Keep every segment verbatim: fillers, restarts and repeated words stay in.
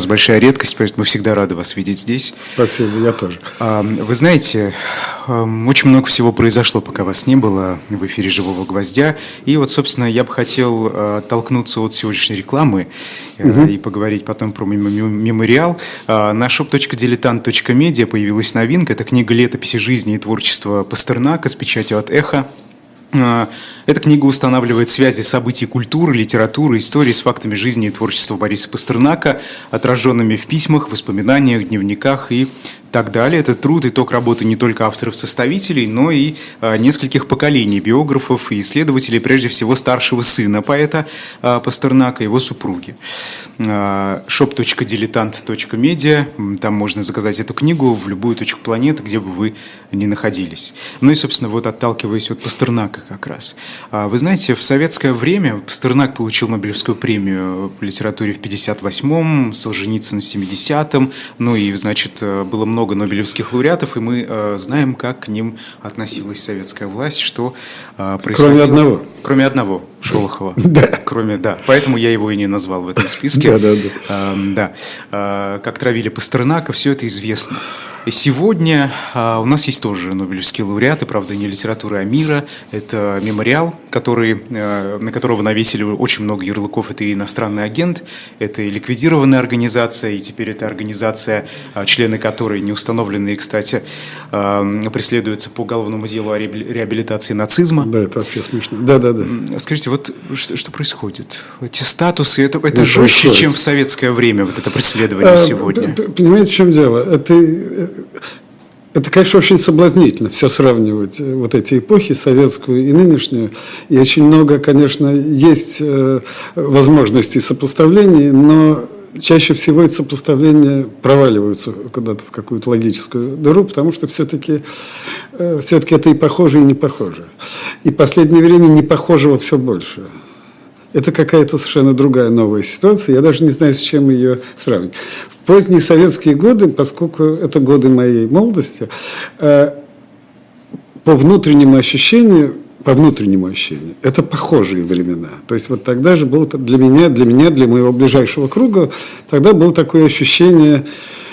нас большая редкость, поэтому мы всегда рады вас видеть здесь. Спасибо, я тоже. Вы знаете, очень много всего произошло, пока вас не было в эфире «Живого гвоздя». И вот, собственно, я бы хотел оттолкнуться от сегодняшней рекламы угу. и поговорить потом про мемориал. На шоп точка дилетант точка медиа появилась новинка. Это книга «Летописи жизни и творчества Пастернака» с печатью от «Эхо». Эта книга устанавливает связи событий культуры, литературы, истории с фактами жизни и творчества Бориса Пастернака, отраженными в письмах, воспоминаниях, дневниках и так далее. Это труд, итог работы не только авторов-составителей, но и а, нескольких поколений биографов и исследователей, прежде всего старшего сына поэта а, Пастернака и его супруги. шоп точка дилетант точка медиа, там можно заказать эту книгу в любую точку планеты, где бы вы ни находились. Ну и, собственно, вот отталкиваясь от Пастернака как раз. Вы знаете, в советское время Пастернак получил Нобелевскую премию по литературе в пятьдесят восьмом, Солженицын в семидесятом, ну и, значит, было много нобелевских лауреатов, и мы э, знаем, как к ним относилась советская власть, что э, происходило... Кроме одного. Кроме одного, Шолохова. Да. Кроме, да. Поэтому я его и не назвал в этом списке. Да, да, да. Да. Как травили Пастернака, все это известно. И сегодня а, у нас есть тоже нобелевские лауреаты, правда, не литературы, а мира. Это мемориал, который, а, на которого навесили очень много ярлыков. Это и иностранный агент, это и ликвидированная организация, и теперь это организация, а, члены которой, не установленные, кстати, а, преследуются по уголовному делу о реабилитации нацизма. Да, это вообще смешно. Да, да, да. Скажите, вот что, что происходит? Эти статусы, это, это жестче, происходит. Чем в советское время, вот это преследование а, сегодня. Понимаете, в чем дело? Это... Это, конечно, очень соблазнительно все сравнивать, вот эти эпохи, советскую и нынешнюю. И очень много, конечно, есть возможностей сопоставлений, но чаще всего эти сопоставления проваливаются куда-то в какую-то логическую дыру, потому что все-таки, все-таки это и похоже, и не похоже. И в последнее время непохожего все больше. Это какая-то совершенно другая новая ситуация. Я даже не знаю, с чем ее сравнить. В поздние советские годы, поскольку это годы моей молодости, по внутреннему ощущению, по внутреннему ощущению, это похожие времена. То есть вот тогда же было для меня, для меня, для моего ближайшего круга, тогда было такое ощущение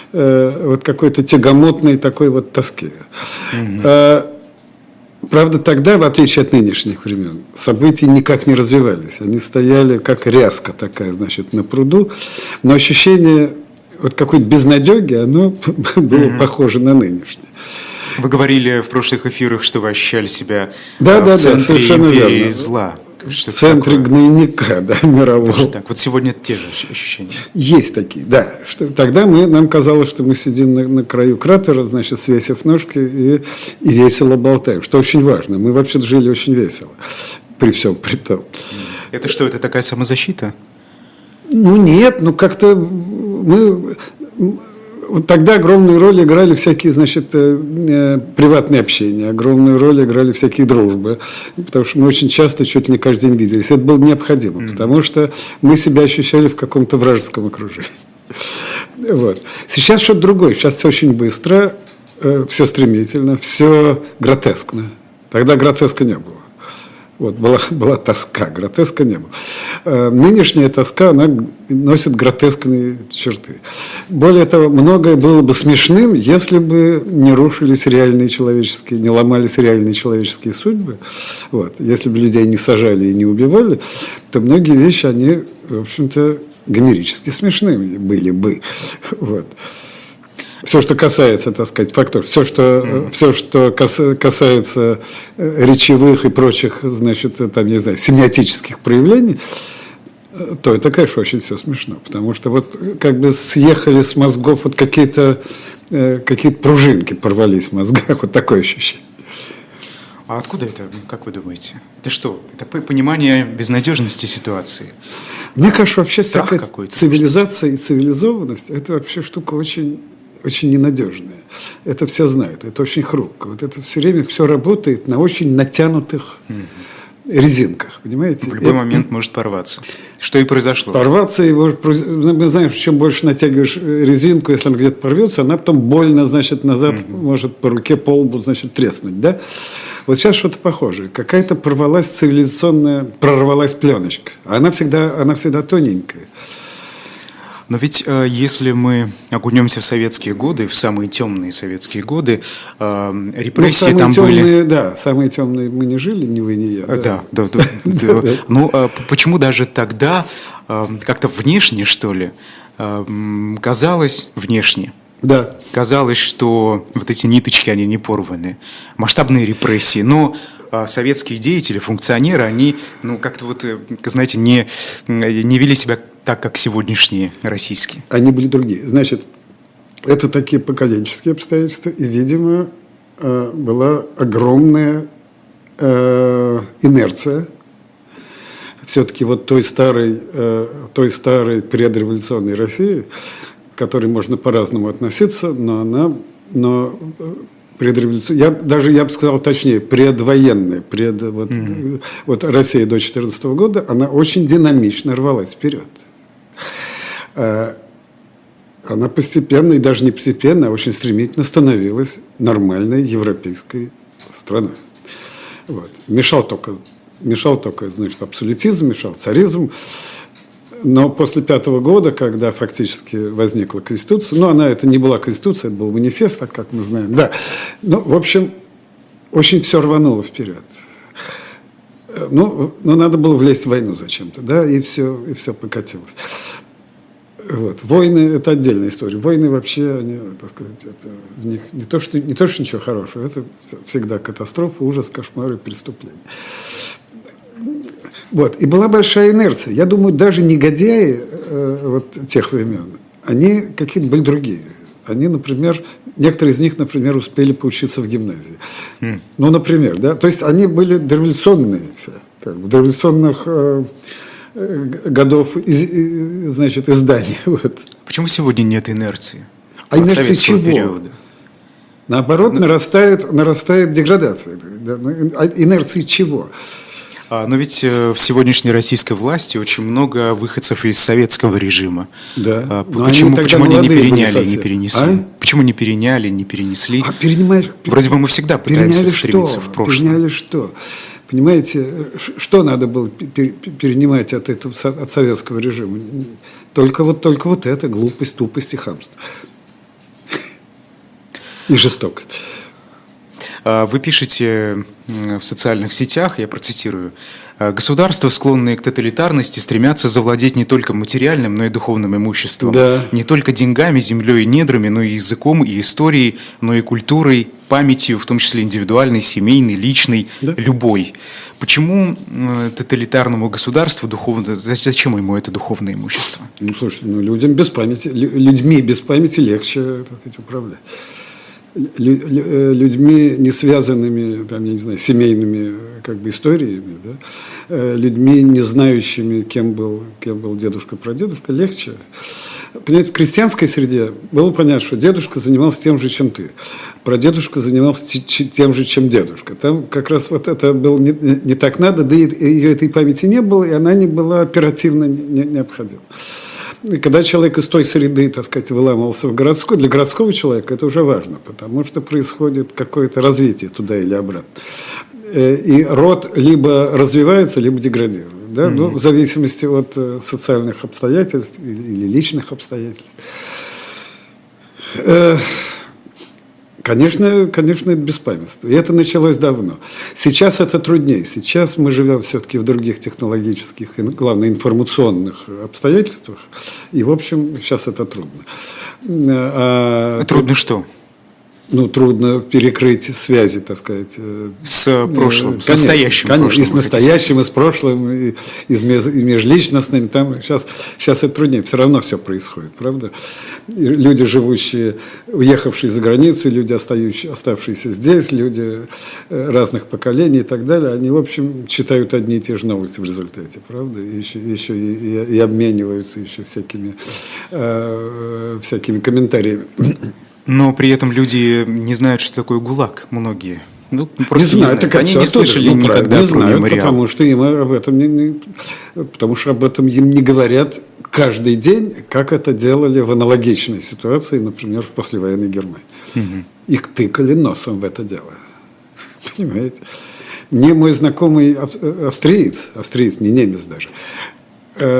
вот какой-то тягомотной такой вот тоски. Mm-hmm. Правда, тогда, в отличие от нынешних времен, события никак не развивались. Они стояли как ряска такая, значит, на пруду. Но ощущение вот какой-то безнадеги, оно было mm-hmm. похоже на нынешнее. Вы говорили в прошлых эфирах, что вы ощущали себя да, в да, центре да, совершенно империи верно. Зла. В центре такое? Гнойника, да, мирового. Так, вот сегодня те же ощущения. Есть такие, да. Что, тогда мы, нам казалось, что мы сидим на, на краю кратера, значит, свесив ножки и, и весело болтаем, что очень важно. Мы вообще жили очень весело, при всем при том. Это что, это такая самозащита? Ну, нет, ну как-то мы... Вот тогда огромную роль играли всякие, значит, э, приватные общения, огромную роль играли всякие дружбы, потому что мы очень часто, чуть ли не каждый день виделись. Это было необходимо, mm-hmm. потому что мы себя ощущали в каком-то вражеском окружении. Вот. Сейчас что-то другое, сейчас все очень быстро, э, все стремительно, все гротескно. Тогда гротеска не было. Вот, была, была тоска, гротеска не было. Э, нынешняя тоска, она носит гротескные черты. Более того, многое было бы смешным, если бы не рушились реальные человеческие, не ломались реальные человеческие судьбы. Вот. Если бы людей не сажали и не убивали, то многие вещи, они, в общем-то, гомерически смешными были бы. Вот. Все, что касается, так сказать, факторов, все, что, mm-hmm. все, что касается речевых и прочих, значит, там, не знаю, семиотических проявлений, то это, конечно, очень все смешно. Потому что вот как бы съехали с мозгов вот какие-то, какие-то пружинки порвались в мозгах, вот такое ощущение. А откуда это, как вы думаете? Это что? Это понимание безнадежности ситуации? Мне кажется, вообще страх такая какой-то. Цивилизация и цивилизованность – это вообще штука очень... очень ненадежная. Это все знают. Это очень хрупко. Вот это все время все работает на очень натянутых mm-hmm. резинках. Понимаете? В любой это... момент может порваться. Что и произошло. Порваться его. Мы знаем, что чем больше натягиваешь резинку, если она где-то порвется, она потом больно, значит, назад mm-hmm. может по руке, по лбу, значит, треснуть. Да? Вот сейчас что-то похожее. Какая-то порвалась цивилизационная, прорвалась пленочка. Она всегда, она всегда тоненькая. Но ведь э, если мы окунемся в советские годы, в самые темные советские годы, э, репрессии ну, там темные, были... Да, самые темные мы не жили, ни вы, ни я. Да, да, да. да. Ну, э, почему даже тогда э, как-то внешне, что ли, э, казалось, внешне, да. казалось, что вот эти ниточки, они не порваны. Масштабные репрессии, но... советские деятели, функционеры, они, ну, как-то вот, знаете, не, не вели себя так, как сегодняшние российские. Они были другие. Значит, это такие поколенческие обстоятельства, и, видимо, была огромная инерция все-таки вот той старой, той старой предреволюционной России, к которой можно по-разному относиться, но она... Но предреволюционная, я, даже я бы сказал точнее, предвоенная, пред, вот, mm-hmm. вот Россия до две тысячи четырнадцатого года, она очень динамично рвалась вперед. Она постепенно, и даже не постепенно, а очень стремительно становилась нормальной европейской страной. Вот. Мешал только, мешал только, значит, абсолютизм, мешал царизм. Но после пятого года, когда фактически возникла Конституция, ну, она это не была Конституция, это был манифест, так как мы знаем, да. Ну, в общем, очень все рвануло вперед. Ну, ну надо было влезть в войну зачем-то, да, и все, и все покатилось. Вот. Войны – это отдельная история. Войны вообще, они, так сказать, это в них не то, что, не то, что ничего хорошего, это всегда катастрофа, ужас, кошмар и преступление. Вот. И была большая инерция. Я думаю, даже негодяи э, вот, тех времен, они какие-то были другие. Они, например, некоторые из них, например, успели поучиться в гимназии. Mm. Ну, например, да. То есть они были дореволюционные все. Как бы, дореволюционных э, годов, из, значит, издания. Вот. Почему сегодня нет инерции? А инерции чего? Периода? Наоборот, Но... нарастает, нарастает деградация. Да? А инерции чего? Но ведь в сегодняшней российской власти очень много выходцев из советского режима. Да. Почему, они, почему они не переняли, не перенесли? А? Почему не переняли, не перенесли? А перенимаешь? Вроде бы мы всегда пытаемся стремиться в прошлое. Переняли что? Понимаете, что надо было перенимать от, этого, от советского режима? Только вот, только вот это, глупость, тупость и хамство. И жестокость. Вы пишете в социальных сетях, я процитирую: «Государства, склонные к тоталитарности, стремятся завладеть не только материальным, но и духовным имуществом. Да. Не только деньгами, землей и недрами, но и языком, и историей, но и культурой, памятью, в том числе индивидуальной, семейной, личной, да. любой». Почему тоталитарному государству духовно, зачем ему это духовное имущество? Ну, слушайте, ну, людям без памяти, людьми без памяти легче, так сказать, управлять. Людьми, не связанными, там, я не знаю, семейными как бы, историями, да? Людьми, не знающими, кем был, кем был дедушка-прадедушка, легче. Понимаете, в крестьянской среде было понятно, что дедушка занимался тем же, чем ты. Прадедушка занимался тем же, чем дедушка. Там как раз вот это было не, не так надо, да и ее этой памяти не было, и она не была оперативно необходима. И когда человек из той среды, так сказать, выламывался в городской, для городского человека это уже важно, потому что происходит какое-то развитие туда или обратно. И род либо развивается, либо деградирует, да? Mm-hmm. Ну, в зависимости от социальных обстоятельств или личных обстоятельств. Конечно, конечно, это беспамятство. И это началось давно. Сейчас это труднее. Сейчас мы живем все-таки в других технологических, и, главное, информационных обстоятельствах. И, в общем, сейчас это трудно. А, трудно что? Ну, трудно перекрыть связи, так сказать. С прошлым, конечно, с настоящим конечно, прошлым. И с настоящим, и с прошлым, и, и с межличностным. Там сейчас, сейчас это труднее. Все равно все происходит, правда? И люди, живущие, уехавшие за границу, люди, оставшиеся здесь, люди разных поколений и так далее, они, в общем, читают одни и те же новости в результате, правда? И еще, еще и, и, и обмениваются еще всякими, э, всякими комментариями. Но при этом люди не знают, что такое ГУЛАГ, многие. Ну, просто не, не знают. Они не слышали ну, никогда не про знают, мемориал. Потому что им об этом не, не, потому что об этом им не говорят каждый день, как это делали в аналогичной ситуации, например, в послевоенной Германии. Угу. Их тыкали носом в это дело. Понимаете? Мне мой знакомый австриец, австриец, не немец даже,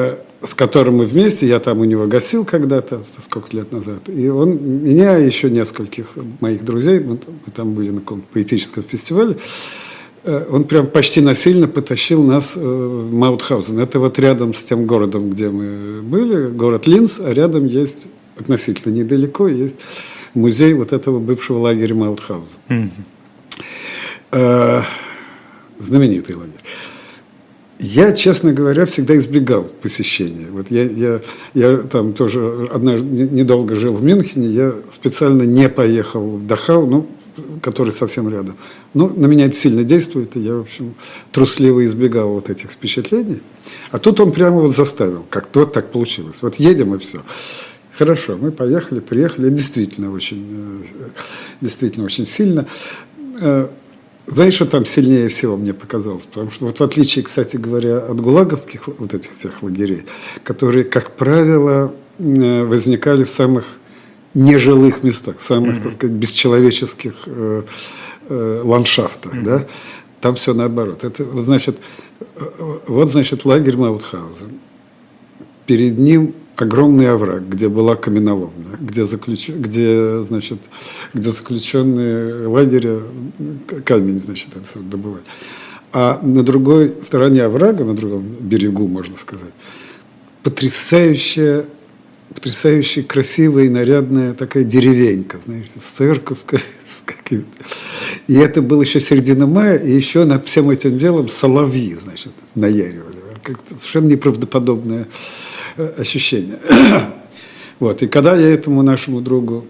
с которым мы вместе, я там у него гостил когда-то, сколько лет назад, и он меня и еще нескольких моих друзей, мы там были на каком-то поэтическом фестивале, он прям почти насильно потащил нас в Маутхаузен. Это вот рядом с тем городом, где мы были, город Линц, а рядом есть, относительно недалеко, есть музей вот этого бывшего лагеря Маутхаузен. Mm-hmm. Знаменитый лагерь. Я, честно говоря, всегда избегал посещения. Вот я, я, я там тоже однажды недолго жил в Мюнхене, я специально не поехал в Дахау, ну, который совсем рядом. Но на меня это сильно действует, и я, в общем, трусливо избегал вот этих впечатлений. А тут он прямо вот заставил, как-то вот так получилось. Вот едем и все. Хорошо, мы поехали, приехали, действительно очень, действительно очень сильно. Знаешь, что там сильнее всего мне показалось? Потому что вот в отличие, кстати говоря, от гулаговских вот этих всех лагерей, которые, как правило, возникали в самых нежилых местах, самых, mm-hmm. так сказать, бесчеловеческих э, э, ландшафтах, mm-hmm. да? Там все наоборот. Это, вот, значит, вот, значит, лагерь Маутхаузен. Перед ним огромный овраг, где была каменоломня, где, заключ... где, значит, где заключенные лагеря камень, значит, отсюда добывали. А на другой стороне оврага, на другом берегу, можно сказать, потрясающая, потрясающе красивая и нарядная такая деревенька, знаешь, с церковкой, с какими-то. И это было еще середина мая, и еще над всем этим делом соловьи, значит, наяривали. Как-то совершенно неправдоподобное ощущение. Вот. И когда я этому нашему другу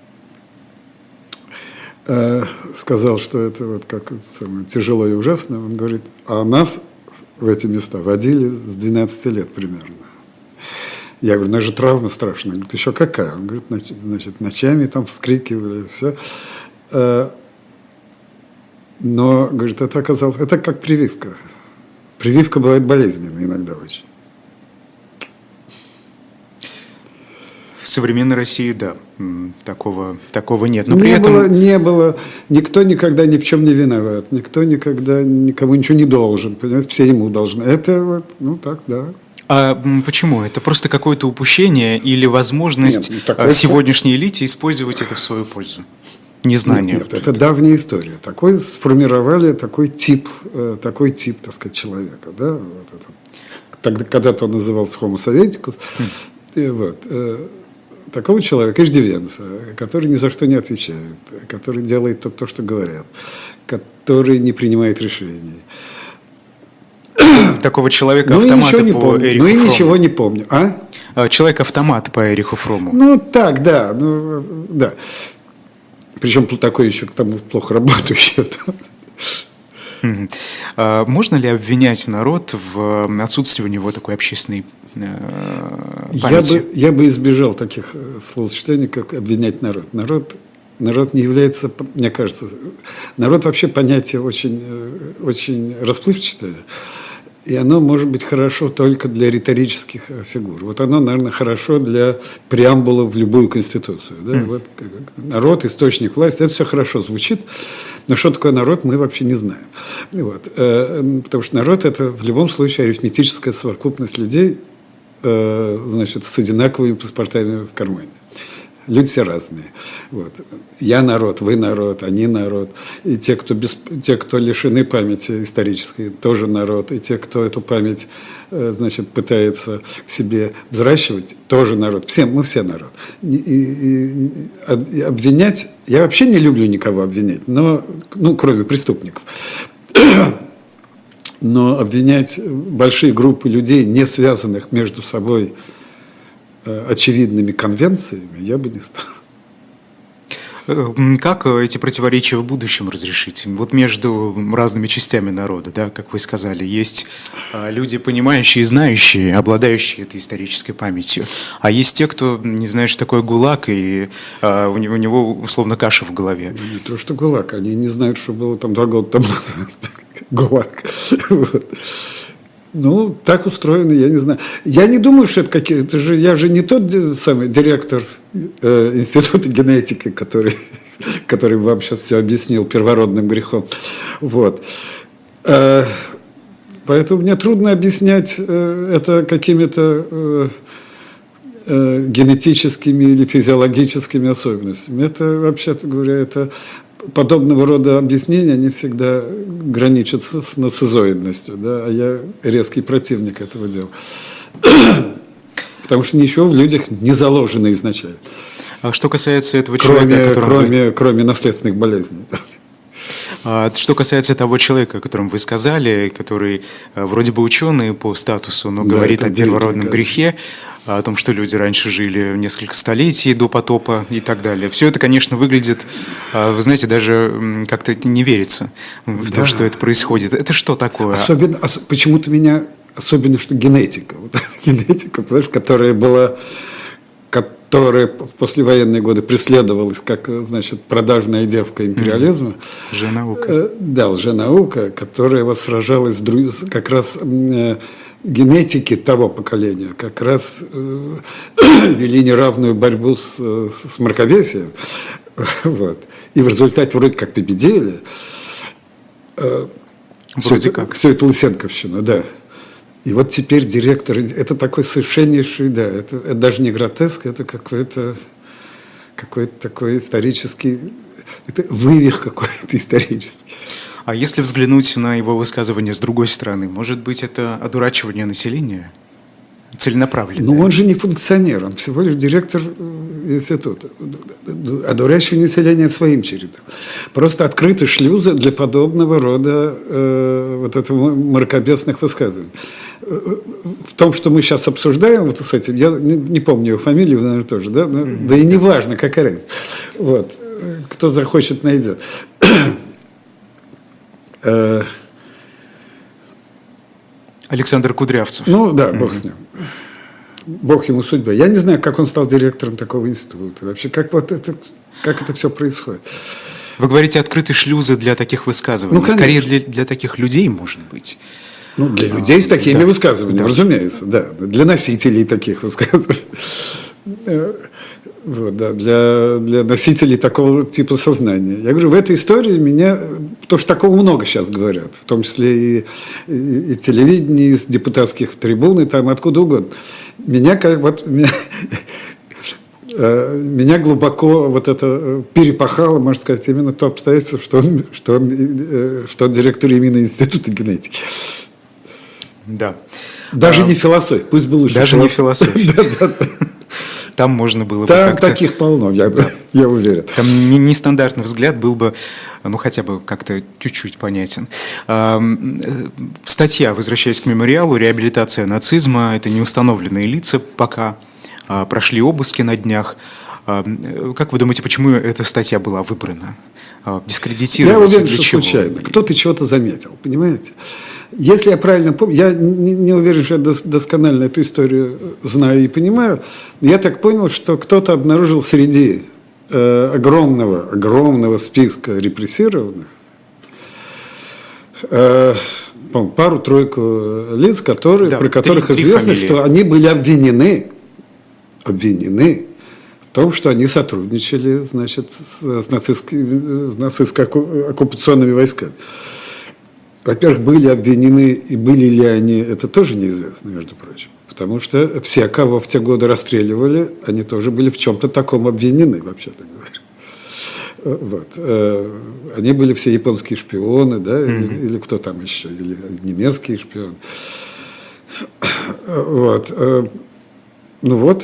э, сказал, что это вот как это самое, тяжело и ужасно, он говорит, а нас в эти места водили с двенадцати лет примерно. Я говорю, ну это же травма страшная. Он говорит, еще какая? Он говорит, значит, ночами там вскрикивали, все. Э, но, говорит, это оказалось, это как прививка. Прививка бывает болезненной иногда очень. В современной России, да, такого, такого нет. Но при не, этом... было, не было, никто никогда ни в чем не виноват, никто никогда никому ничего не должен, понимаете, все ему должны. Это вот, ну так, да. А почему? Это просто какое-то упущение или возможность нет, такой... сегодняшней элите использовать это в свою пользу? Незнание. Нет, нет это, это давняя история. Такой сформировали такой тип, такой тип, так сказать, человека, да, вот это. Тогда когда-то он назывался Homo Sovieticus, mm. вот. Такого человека, иждивенца, который ни за что не отвечает, который делает то, то, что говорят, который не принимает решений. Такого человека ну, автомата не по помню. Эриху Ну и Фрому. ничего не помню. А? Человек-автомат по Эриху Фрому. Ну так, да. Ну, да. Причем такой еще к тому плохо работающий. Можно ли обвинять народ в отсутствии у него такой общественной памяти? Я бы, я бы избежал таких словосочетаний, как обвинять народ. Народ, народ не является, мне кажется, народ вообще понятие очень, очень расплывчатое, и оно может быть хорошо только для риторических фигур. Вот оно, наверное, хорошо для преамбулы в любую конституцию. Да? Mm. Вот, народ, источник власти, это все хорошо звучит, но что такое народ, мы вообще не знаем. Вот. Потому что народ – это в любом случае арифметическая совокупность людей, значит, с одинаковыми паспортами в кармане. Люди все разные. Вот. Я народ, вы народ, они народ. И те, кто, без, те, кто лишены памяти исторической, тоже народ. И те, кто эту память, значит, пытается в себе взращивать, тоже народ. Все, мы все народ. И, и, и обвинять... Я вообще не люблю никого обвинять, но, ну, кроме преступников. Но обвинять большие группы людей, не связанных между собой очевидными конвенциями, я бы не стал. Как эти противоречия в будущем разрешить? Вот между разными частями народа, да, как вы сказали, есть люди, понимающие, знающие, обладающие этой исторической памятью, а есть те, кто не знает, что такое ГУЛАГ, и а, у, него, у него условно каша в голове. Не то, что ГУЛАГ, они не знают, что было там два года тому назад. ГУЛАГ. Вот. Ну, так устроено, я не знаю. Я не думаю, что это какие-то же... Я же не тот самый директор э, Института генетики, который, который вам сейчас все объяснил первородным грехом. Вот. Э, Поэтому мне трудно объяснять э, это какими-то э, э, генетическими или физиологическими особенностями. Это, вообще-то говоря, это подобного рода объяснения, они всегда граничат с нацизоидностью, да, а я резкий противник этого дела. Потому что ничего в людях не заложено изначально. А что касается этого кроме, человека, кроме, вы... кроме наследственных болезней. А что касается того человека, о котором вы сказали, который вроде бы ученый по статусу, но да, говорит о первородном грехе, о том, что люди раньше жили несколько столетий до потопа и так далее. Все это, конечно, выглядит, вы знаете, даже как-то не верится в да. то, что это происходит. Это что такое? Особенно, ос, почему-то меня, особенно, что генетика, вот, генетика, понимаешь, которая была... которая в послевоенные годы преследовалась как, значит, продажная девка империализма. Лженаука. Э, да, лженаука, которая вот сражалась с друг... как раз э, генетики того поколения, как раз э, вели неравную борьбу с, с мракобесием. Вот. И в результате вроде как победили. Э, вроде все как. Это, все это лысенковщина, да. И вот теперь директор, это такой совершеннейший, да, это, это даже не гротеск, это какой-то, какой-то такой исторический, это вывих какой-то исторический. А если взглянуть на его высказывание с другой стороны, может быть, это одурачивание населения? Целенаправленное? Ну, он же не функционер, он всего лишь директор института. Одурачивание населения своим чередом. Просто открыты шлюзы для подобного рода э, вот этого мракобесных высказываний. В том, что мы сейчас обсуждаем, вот с этим, я не, не помню его фамилию, наверное, тоже, да, да, mm-hmm. да и не важно, какая разница. Вот. Кто захочет, найдет. Александр Кудрявцев. Ну да, бог mm-hmm. с ним. Бог ему судьба. Я не знаю, как он стал директором такого института. Вообще, как вот это, как это все происходит. Вы говорите, открытые шлюзы для таких высказываний. Ну, скорее, для, для таких людей, может быть. Ну, для людей а, с такими да, высказываниями, да. разумеется, да. Для носителей таких высказываний. Вот, да, для, для носителей такого типа сознания. Я говорю, в этой истории меня... Потому что такого много сейчас говорят, в том числе и, и, и в телевидении, из депутатских трибун, и там откуда угодно. Меня как вот... Меня, меня глубоко вот это перепахало, можно сказать, именно то обстоятельство, что он, что он, что он директор именно Института генетики. Да. Даже а, не философия, пусть бы лучше. Даже не философия. Там можно было бы Там как-то... таких полно, я, да. я уверен. Там нестандартный взгляд был бы, ну, хотя бы как-то чуть-чуть понятен. Статья, возвращаясь к мемориалу, «Реабилитация нацизма» – это неустановленные лица пока, прошли обыски на днях. Как вы думаете, почему эта статья была выбрана? Дискредитировалась? Я уверен, что чего? Случайно. Кто-то чего-то заметил, понимаете? Если я правильно помню, я не, не уверен, что я досконально эту историю знаю и понимаю, но я так понял, что кто-то обнаружил среди э, огромного, огромного списка репрессированных э, пару-тройку лиц, которые, да, про которых три, известно, три что они были обвинены, обвинены в том, что они сотрудничали, значит, с, с нацистскими, с нацистско-оккупационными войсками. Во-первых, были обвинены, и были ли они, это тоже неизвестно, между прочим. Потому что все, кого в те годы расстреливали, они тоже были в чем-то таком обвинены, вообще-то говоря. Вот. Они были все японские шпионы, да, или, mm-hmm. или кто там еще, или немецкие шпионы. Вот. Ну вот.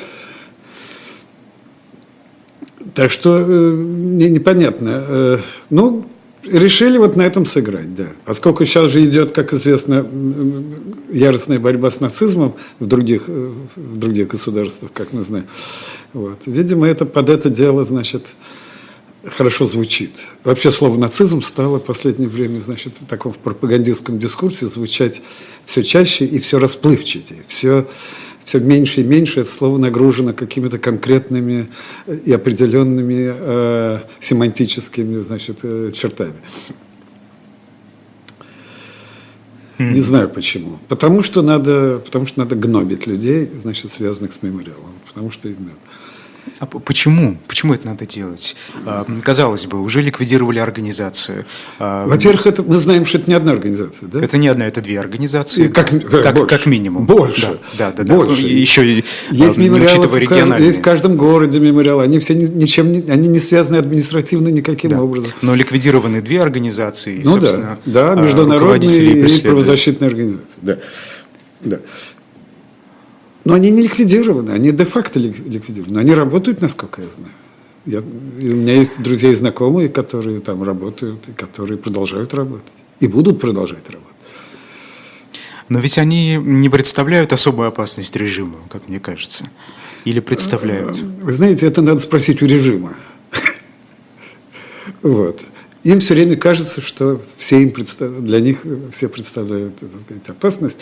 Так что мне непонятно. Ну, решили вот на этом сыграть, да. Поскольку сейчас же идет, как известно, яростная борьба с нацизмом в других, в других государствах, как мы знаем. Вот. Видимо, это под это дело, значит, хорошо звучит. Вообще слово «нацизм» стало в последнее время, значит, в таком пропагандистском дискурсе звучать все чаще и все расплывчатее, все... Все меньше и меньше это слово нагружено какими-то конкретными и определенными э, семантическими, значит, э, чертами. Mm-hmm. Не знаю почему. Потому что надо, потому что надо гнобить людей, значит, связанных с мемориалом. Потому что их надо. А почему? Почему это надо делать? Казалось бы, уже ликвидировали организацию. Во-первых, это, мы знаем, что это не одна организация. Да? Это не одна, это две организации. Как, как, как минимум. Больше. Да, да, да. Больше. Еще, есть мемориалы, в, есть в каждом городе мемориалы. Они все ничем не, они не связаны административно никаким да. образом. Но ликвидированы две организации. Ну да, да, международные и правозащитные организации. Да. Да. Но они не ликвидированы, они де-факто ликвидированы. Они работают, насколько я знаю. Я, у меня есть друзья и знакомые, которые там работают, и которые продолжают работать. И будут продолжать работать. Но ведь они не представляют особую опасность режиму, как мне кажется. Или представляют? Вы знаете, это надо спросить у режима. Вот. Им все время кажется, что все им представ... для них все представляют, так сказать, опасность.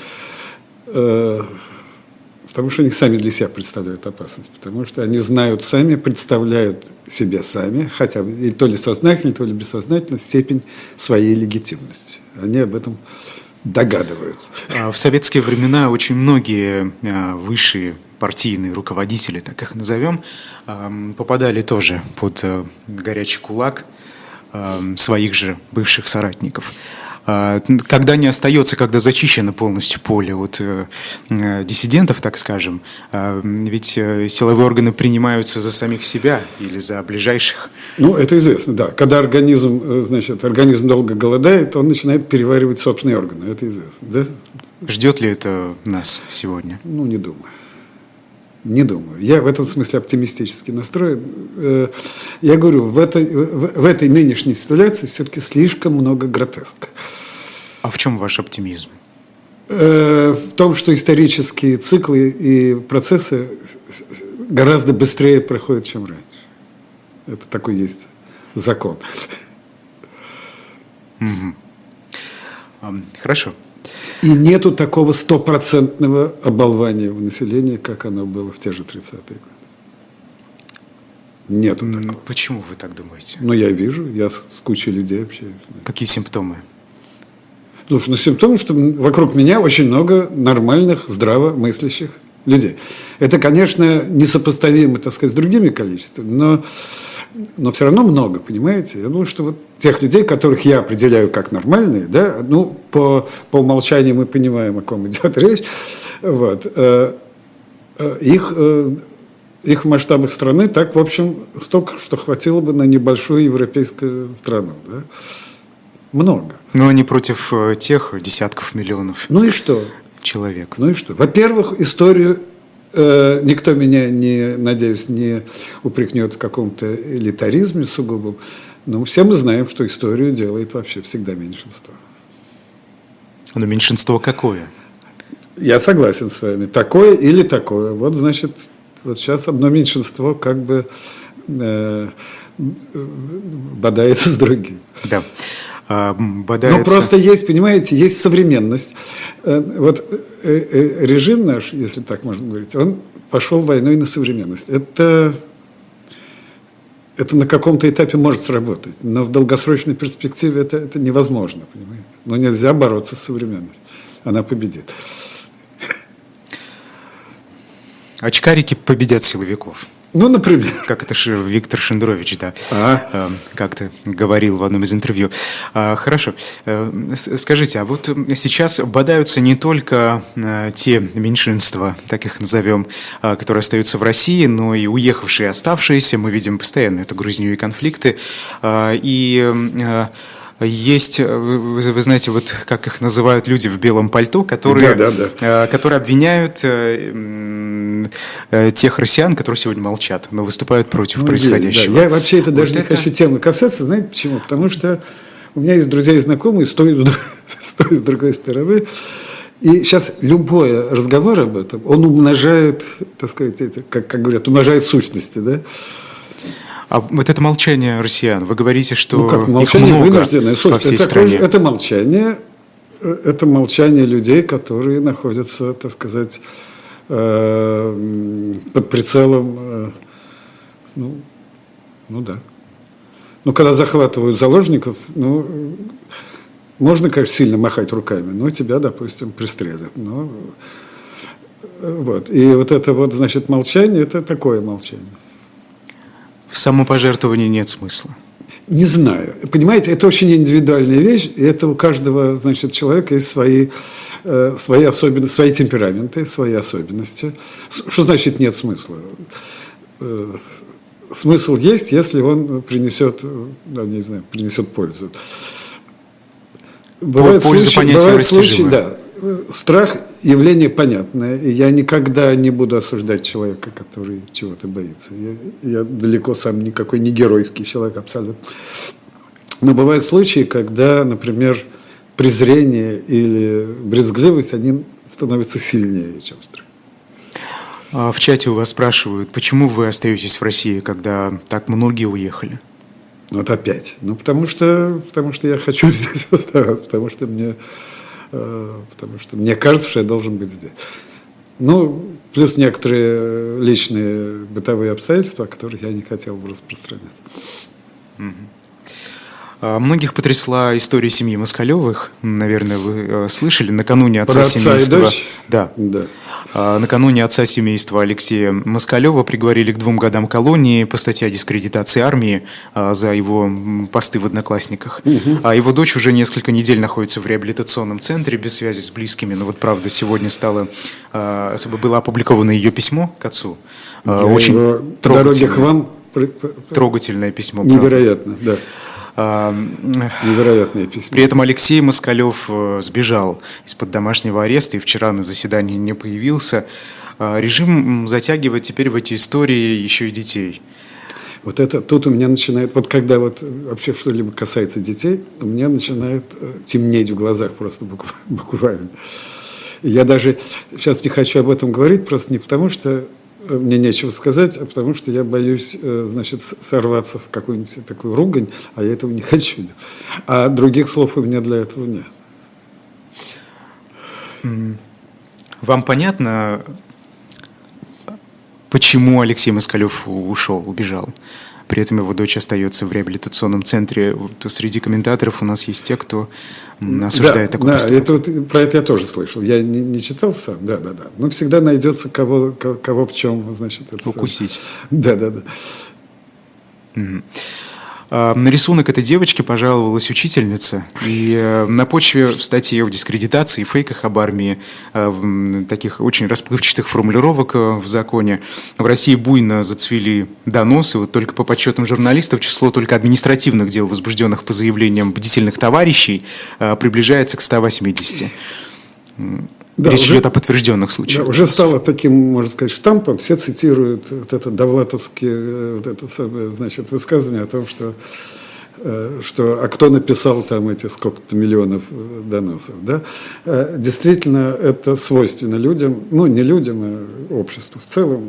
Потому что они сами для себя представляют опасность, потому что они знают сами, представляют себе сами, хотя и то ли сознательно, то ли бессознательно, степень своей легитимности. Они об этом догадываются. В советские времена очень многие высшие партийные руководители, так их назовем, попадали тоже под горячий кулак своих же бывших соратников. Когда не остается, когда зачищено полностью поле от э, диссидентов, так скажем, э, ведь силовые органы принимаются за самих себя или за ближайших. Ну, это известно, да. Когда организм, значит, организм долго голодает, он начинает переваривать собственные органы. Это известно, да? Ждет ли это нас сегодня? Ну, не думаю. Не думаю. Я в этом смысле оптимистически настроен. Я говорю, в этой, в этой нынешней ситуации все-таки слишком много гротеска. А в чем ваш оптимизм? В том, что исторические циклы и процессы гораздо быстрее проходят, чем раньше. Это такой есть закон. Угу. Хорошо. И нету такого стопроцентного оболвания в населении, как оно было в те же тридцатые годы. Нету такого. Почему вы так думаете? Ну, я вижу, я с кучей людей общаюсь. Какие симптомы? Слушай, ну, симптомы, что вокруг меня очень много нормальных, здравомыслящих людей. Это, конечно, несопоставимо, так сказать, с другими количествами, но, но все равно много, понимаете? Я думаю, что вот тех людей, которых я определяю как нормальные, да, ну, по, по умолчанию мы понимаем, о ком идет речь, вот, э, э, их, э, их в масштабах страны так, в общем, столько, что хватило бы на небольшую европейскую страну, да. Много. Но они против тех десятков миллионов ну и что? человек. Ну и что? Во-первых, историю э, никто меня, не, надеюсь, не упрекнет в каком-то элитаризме сугубом, но все мы знаем, что историю делает вообще всегда меньшинство. Но меньшинство какое? Я согласен с вами. Такое или такое. Вот, значит, вот сейчас одно меньшинство как бы э, бодается с другим. Да. Бодается. Ну, просто есть, понимаете, есть современность. Вот режим наш, если так можно говорить, он пошел войной на современность. Это, это на каком-то этапе может сработать, но в долгосрочной перспективе это, это невозможно, понимаете. Но нельзя бороться с современностью. Она победит. Очкарики победят силовиков. Ну, например. Как это же Виктор Шендерович, да, а? как-то говорил в одном из интервью. Хорошо. Скажите, а вот сейчас бодаются не только те меньшинства, так их назовем, которые остаются в России, но и уехавшие, оставшиеся. Мы видим постоянно эту грузню и конфликты. И есть, вы, вы знаете, вот как их называют люди в белом пальто, которые, да, да, да. которые обвиняют э, э, тех россиян, которые сегодня молчат, но выступают против ну, происходящего. Есть, да. Я вообще это даже вот не это... хочу темы касаться, знаете почему? Потому что у меня есть друзья и знакомые с той, с той, с другой стороны. И сейчас любой разговор об этом, он умножает, так сказать, эти, как, как говорят, умножает сущности, да? А вот это молчание россиян, вы говорите, что ну, как, молчание их много вынужденное. Слушайте, по всей это, стране. Это молчание, это молчание людей, которые находятся, так сказать, под прицелом, ну, ну да. Ну, когда захватывают заложников, ну, можно, конечно, сильно махать руками, но тебя, допустим, пристрелят. Но, вот. И вот это вот, значит, молчание, это такое молчание. самопожертвовании нет смысла? Не знаю. Понимаете, это очень индивидуальная вещь, и это у каждого, значит, человека есть свои, э, свои особенности, свои темпераменты, свои особенности. Что значит нет смысла? Э, смысл есть, если он принесет, ну, не знаю, принесет пользу. Бывают Польза, случаи, бывают случаи, да. Страх – явление понятное, и я никогда не буду осуждать человека, который чего-то боится. Я, я далеко сам никакой не геройский человек абсолютно. Но бывают случаи, когда, например, презрение или брезгливость, они становятся сильнее, чем страх. В чате у вас спрашивают, почему вы остаетесь в России, когда так многие уехали? Вот опять. Ну, потому что, потому что я хочу здесь оставаться, потому что мне... потому что мне кажется, что я должен быть здесь. Ну, плюс некоторые личные бытовые обстоятельства, о которых я не хотел бы распространяться. Mm-hmm. Многих потрясла история семьи Москалевых. Наверное, вы слышали. Накануне отца, Про отца семейства... и дочь? Да. Да. Накануне отца семейства Алексея Москалева приговорили к двум годам колонии по статье о дискредитации армии за его посты в Одноклассниках. Угу. А его дочь уже несколько недель находится в реабилитационном центре без связи с близкими. Но вот правда, сегодня стало, было опубликовано ее письмо к отцу. Я Очень его трогательное, к вам... трогательное письмо. Невероятно, правда. Да. Невероятное письмо. При этом Алексей Москалев сбежал из-под домашнего ареста и вчера на заседании не появился. Режим затягивает теперь в эти истории еще и детей. Вот это тут у меня начинает, вот когда вот вообще что-либо касается детей, у меня начинает темнеть в глазах просто буквально. Я даже сейчас не хочу об этом говорить, просто не потому, что мне нечего сказать, а потому что я боюсь, значит, сорваться в какую-нибудь такую ругань, а я этого не хочу. А других слов у меня для этого нет. Вам понятно, почему Алексей Москалев ушел, убежал? При этом его дочь остается в реабилитационном центре. Вот среди комментаторов у нас есть те, кто осуждает да, такой да, поступок. Это вот, про это я тоже слышал. Я не, не читал сам, да, да, да. Но всегда найдется кого, кого, кого в чем, значит, это укусить. Да, да, да. Угу. На рисунок этой девочки пожаловалась учительница, и на почве статьи о дискредитации и фейках об армии, таких очень расплывчатых формулировок в законе, в России буйно зацвели доносы. Вот только по подсчетам журналистов число только административных дел, возбужденных по заявлениям бдительных товарищей, приближается к ста восьмидесяти. Да, Речь уже, идет о подтвержденных случаях. Да, уже стало таким, можно сказать, штампом. Все цитируют вот это довлатовское вот это самое, значит, высказывание о том, что, что а кто написал там эти сколько-то миллионов доносов. Да? Действительно, это свойственно людям, ну не людям, а обществу в целом,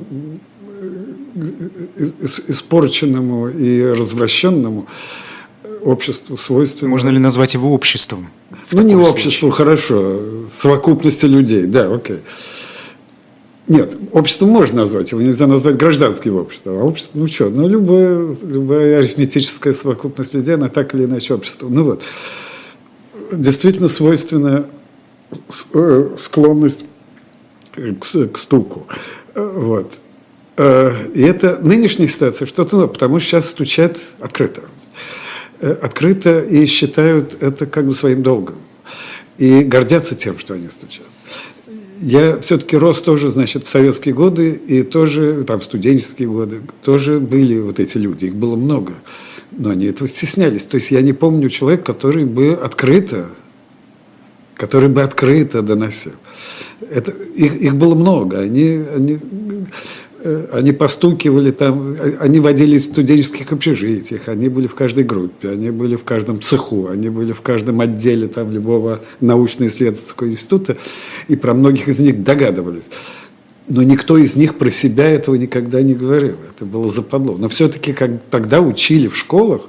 испорченному и развращенному обществу свойственно. Можно ли назвать его обществом? Ну, не обществу, хорошо, совокупности людей, да, окей. Нет, обществом можно назвать, его нельзя назвать гражданским обществом. А общество, ну что, ну любое, любая арифметическая совокупность людей, она так или иначе общество. Ну вот, действительно свойственна склонность к, к стуку. Вот. И это нынешняя ситуация что-то новое, потому что сейчас стучат открыто. Открыто и считают это как бы своим долгом. И гордятся тем, что они стучат. Я все-таки рос тоже, значит, в советские годы, и тоже, там, студенческие годы, тоже были вот эти люди, их было много. Но они этого стеснялись. То есть я не помню человека, который бы открыто, который бы открыто доносил. Это, их, их было много. Они... они Они постукивали там, они водились в студенческих общежитиях, они были в каждой группе, они были в каждом цеху, они были в каждом отделе там, любого научно-исследовательского института, и про многих из них догадывались. Но никто из них про себя этого никогда не говорил, это было западло. Но все-таки как тогда учили в школах,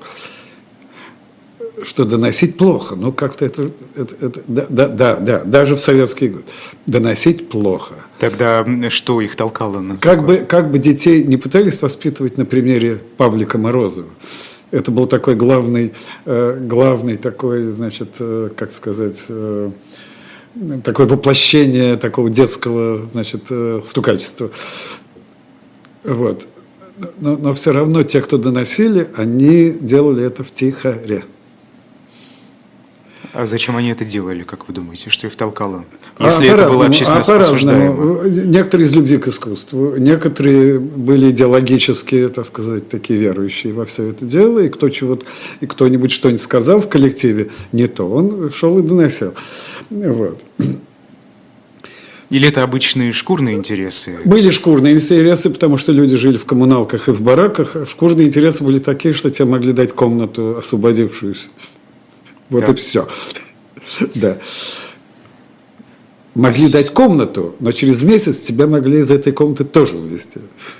что доносить плохо, но как-то это, это, это да, да, да, да, даже в советский год, доносить плохо. Тогда что их толкало на как бы, как бы детей не пытались воспитывать на примере Павлика Морозова. Это был такой главный, э, главный такой, значит, э, как сказать, э, такое воплощение такого детского, значит, э, стукачества. Вот. но, но все равно те, кто доносили, они делали это втихаря. А зачем они это делали, как вы думаете? Что их толкало? Если а это было общественно а осуждаемо. Некоторые из любви к искусству, некоторые были идеологически, так сказать, такие верующие во все это дело, и кто чего-то, и кто-нибудь что-нибудь сказал в коллективе не то, он шел и доносил. Вот. Или это обычные шкурные интересы? Были шкурные интересы, потому что люди жили в коммуналках и в бараках. Шкурные интересы были такие, что тебе могли дать комнату, освободившуюся. Вот да. И все. Да. Могли а дать комнату, но через месяц тебя могли из этой комнаты тоже увезти.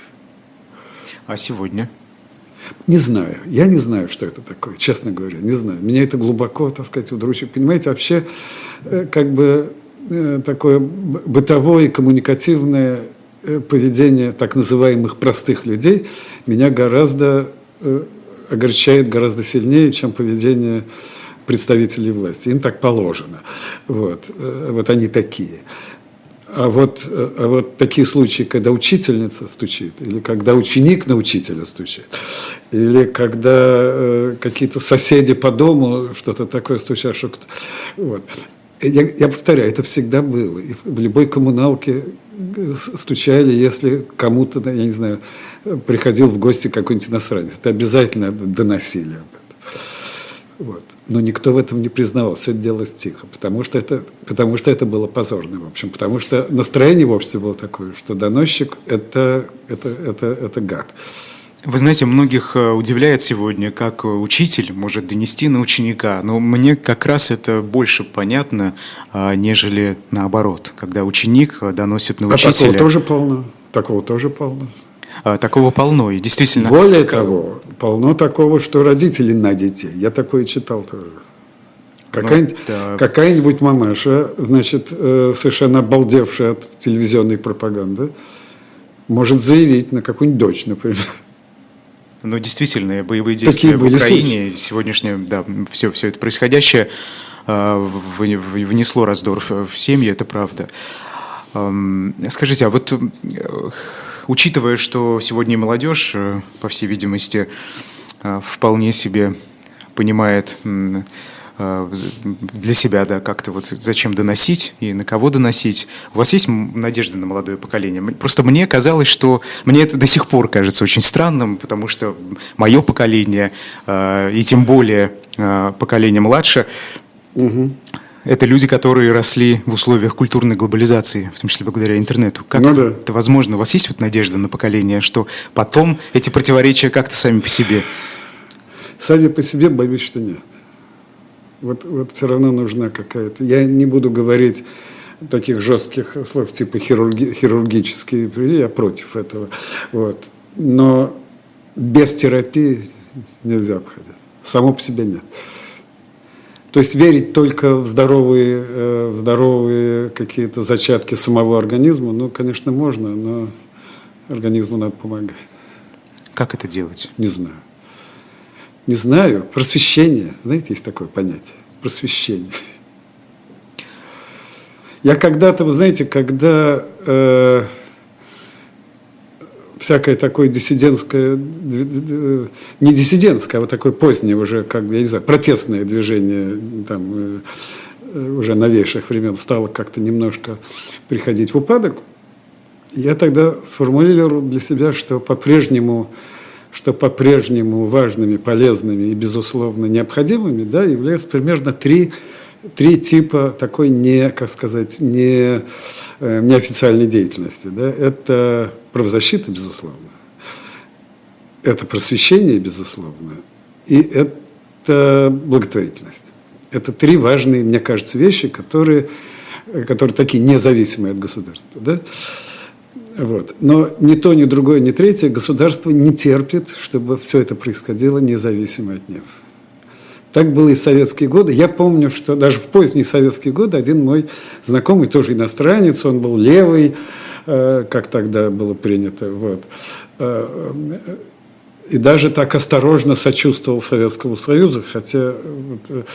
А сегодня? Не знаю. Я не знаю, что это такое, честно говоря. Не знаю. Меня это глубоко, так сказать, удручивает. Понимаете, вообще, как бы такое бытовое и коммуникативное поведение так называемых простых людей меня гораздо огорчает гораздо сильнее, чем поведение представителей власти. Им так положено. Вот, вот они такие. А вот, а вот такие случаи, когда учительница стучит, или когда ученик на учителя стучит, или когда э, какие-то соседи по дому что-то такое стучат, что кто... Вот. Я, я повторяю, это всегда было. И в любой коммуналке стучали, если кому-то, я не знаю, приходил в гости какой-нибудь иностранец. Это обязательно доносили об этом. Вот. Но никто в этом не признавал, все это делалось тихо, потому что, это, потому что это было позорно, в общем, потому что настроение в обществе было такое, что доносчик это, это, это, это гад. Вы знаете, многих удивляет сегодня, как учитель может донести на ученика, но мне как раз это больше понятно, нежели наоборот, когда ученик доносит на учителя. А такого тоже полно, такого тоже полно. Такого полно, и действительно... Более того, полно такого, что родители на детей. Я такое читал тоже. Какая-нибудь, ну, да. какая-нибудь мамаша, значит, совершенно обалдевшая от телевизионной пропаганды, может заявить на какую-нибудь дочь, например. Ну, действительно, боевые действия в Украине, сегодняшнее, да, все, все это происходящее внесло раздор в семьи, это правда. Скажите, а вот... Учитывая, что сегодня молодежь, по всей видимости, вполне себе понимает для себя, да, как-то вот зачем доносить и на кого доносить, у вас есть надежда на молодое поколение? Просто мне казалось, что мне это до сих пор кажется очень странным, потому что мое поколение, и тем более поколение младше, угу. Это люди, которые росли в условиях культурной глобализации, в том числе благодаря интернету. Как ну, да. это возможно? У вас есть вот надежда на поколение, что потом эти противоречия как-то сами по себе? Сами по себе, боюсь, что нет. Вот, вот все равно нужна какая-то... Я не буду говорить таких жестких слов, типа хирурги, хирургические, я против этого. Вот. Но без терапии нельзя обходить. Само по себе нет. То есть верить только в здоровые, в здоровые какие-то зачатки самого организма, ну, конечно, можно, но организму надо помогать. Как это делать? Не знаю. Не знаю. Просвещение. Знаете, есть такое понятие. Просвещение. Я когда-то, вы знаете, когда э, всякое такое диссидентское, не диссидентское, а вот такое позднее уже, как бы, я не знаю, протестное движение там, уже новейших времен стало как-то немножко приходить в упадок. Я тогда сформулировал для себя, что по-прежнему, что по-прежнему важными, полезными и, безусловно, необходимыми, да, являются примерно три, три типа такой не, как сказать, не, неофициальной деятельности. Да. Это правозащита, безусловно, это просвещение, безусловно, и это благотворительность. Это три важные, мне кажется, вещи, которые, которые такие независимые от государства. Да? Вот. Но ни то, ни другое, ни третье государство не терпит, чтобы все это происходило независимо от него. Так было и в советские годы. Я помню, что даже в поздние советские годы один мой знакомый, тоже иностранец, он был левый, как тогда было принято, вот. И даже так осторожно сочувствовал Советскому Союзу, хотя вот,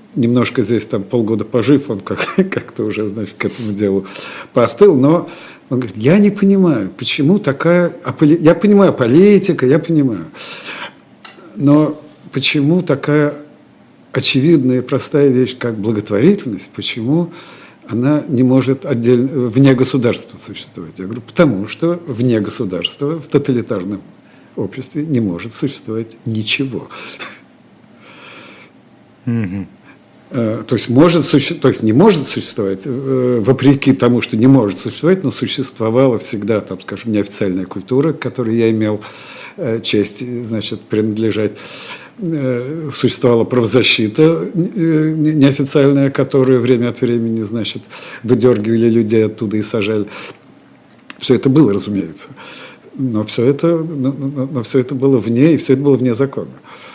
немножко здесь там полгода пожив, он как, как-то уже, значит, к этому делу поостыл, но Он говорит, я не понимаю, почему такая... Я понимаю, политика, я понимаю. Но почему такая очевидная и простая вещь, как благотворительность, почему она не может отдельно, вне государства существовать? Я говорю, потому что вне государства в тоталитарном обществе не может существовать ничего. Mm-hmm. То есть, может, то есть не может существовать, вопреки тому, что не может существовать, но существовала всегда, там, скажем, неофициальная культура, к которой я имел честь, значит, принадлежать. Существовала правозащита неофициальная, которую время от времени, значит, выдергивали людей оттуда и сажали. Все это было, разумеется. Но все это, но, но все это было вне, и все это было вне закона.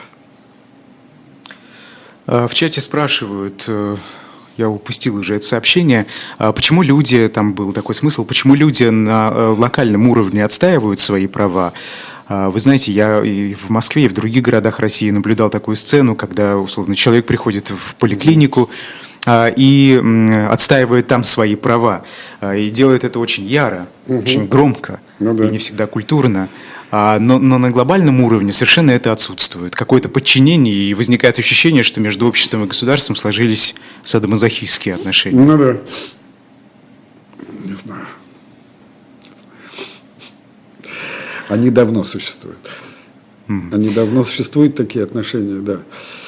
В чате спрашивают, я упустил уже это сообщение, почему люди, там был такой смысл, почему люди на локальном уровне отстаивают свои права. Вы знаете, я и в Москве, и в других городах России наблюдал такую сцену, когда, условно, человек приходит в поликлинику и отстаивает там свои права. И делает это очень яро, угу. очень громко, ну, да. и не всегда культурно. Но, но на глобальном уровне совершенно это отсутствует. Какое-то подчинение, и возникает ощущение, что между обществом и государством сложились садомазохистские отношения. Ну да. Не знаю. Не знаю. Они давно существуют. Mm. Они давно существуют, такие отношения, да.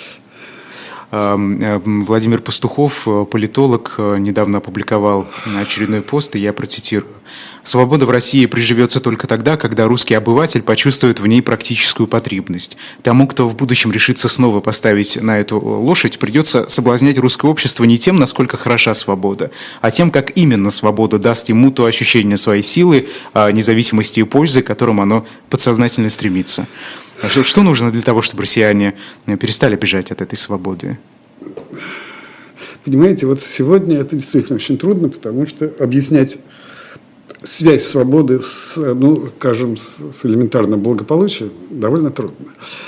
Владимир Пастухов, политолог, недавно опубликовал очередной пост, и я процитирую. «Свобода в России приживется только тогда, когда русский обыватель почувствует в ней практическую потребность. Тому, кто в будущем решится снова поставить на эту лошадь, придется соблазнять русское общество не тем, насколько хороша свобода, а тем, как именно свобода даст ему то ощущение своей силы, независимости и пользы, к которым оно подсознательно стремится». Что нужно для того, чтобы россияне перестали бежать от этой свободы? Понимаете, вот сегодня это действительно очень трудно, потому что объяснять связь свободы с, ну, скажем, с элементарным благополучием довольно трудно.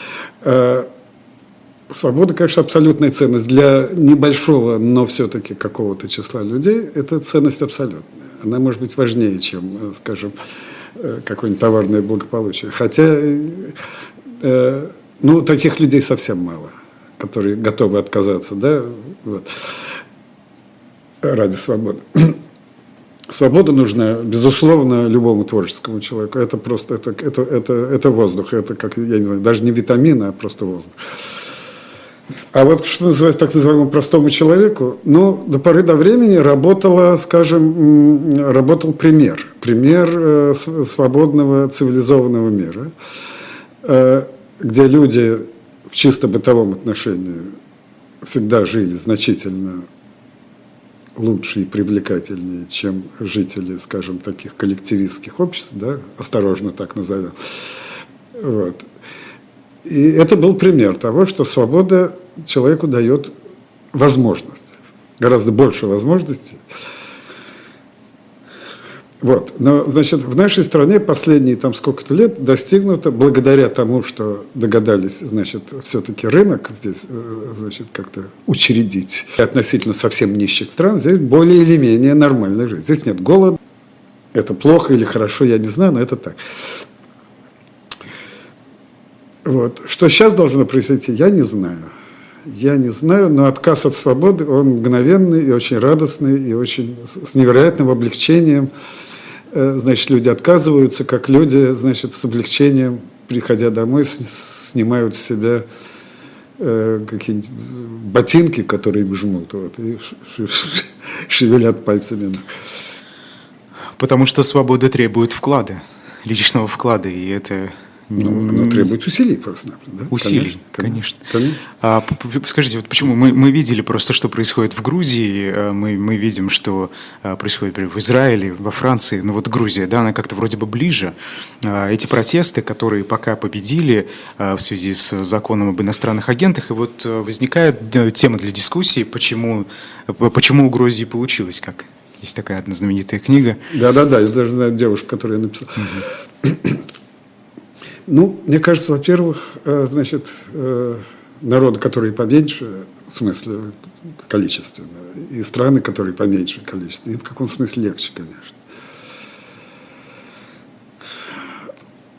Свобода, конечно, абсолютная ценность. Для небольшого, но все-таки какого-то числа людей это ценность абсолютная. Она может быть важнее, чем, скажем, какое-нибудь товарное благополучие. Хотя, ну, таких людей совсем мало, которые готовы отказаться, да, вот, ради свободы. Свобода нужна, безусловно, любому творческому человеку. Это просто, это, это, это, это воздух, это, как, я не знаю, даже не витамин, а просто воздух. А вот что называется так называемому простому человеку, ну, до поры до времени работала, скажем, работал пример. Пример свободного цивилизованного мира, где люди в чисто бытовом отношении всегда жили значительно лучше и привлекательнее, чем жители, скажем, таких коллективистских обществ, да, осторожно так назовем. Вот. И это был пример того, что свобода человеку дает возможность, гораздо больше возможностей. Вот. Но, значит, в нашей стране последние там сколько-то лет достигнуто, благодаря тому, что догадались, значит, все-таки рынок здесь, значит, как-то учредить. И относительно совсем нищих стран здесь более или менее нормальная жизнь. Здесь нет голода. Это плохо или хорошо, я не знаю, но это так. Вот. Что сейчас должно произойти, я не знаю. Я не знаю, но отказ от свободы, он мгновенный и очень радостный, и очень с невероятным облегчением. Значит, люди отказываются, как люди, значит, с облегчением, приходя домой, снимают с себя какие-нибудь ботинки, которые им жмут, вот, и шевелят пальцами. Потому что свобода требует вклада, личного вклада, и это... Ну, оно требует усилий просто. Да? Усилий, конечно. конечно. конечно. А, скажите, вот почему мы, мы видели просто, что происходит в Грузии, мы, мы видим, что происходит например, в Израиле, во Франции, ну вот Грузия, да, она как-то вроде бы ближе. Эти протесты, которые пока победили в связи с законом об иностранных агентах, и вот возникает тема для дискуссии, почему, почему у Грузии получилось, как есть такая одна знаменитая книга. Да-да-да, я даже знаю девушку, которую я написал. Угу. Ну, мне кажется, во-первых, значит, народы, которые поменьше, в смысле количественно, и страны, которые поменьше количественно, и в каком смысле легче, конечно.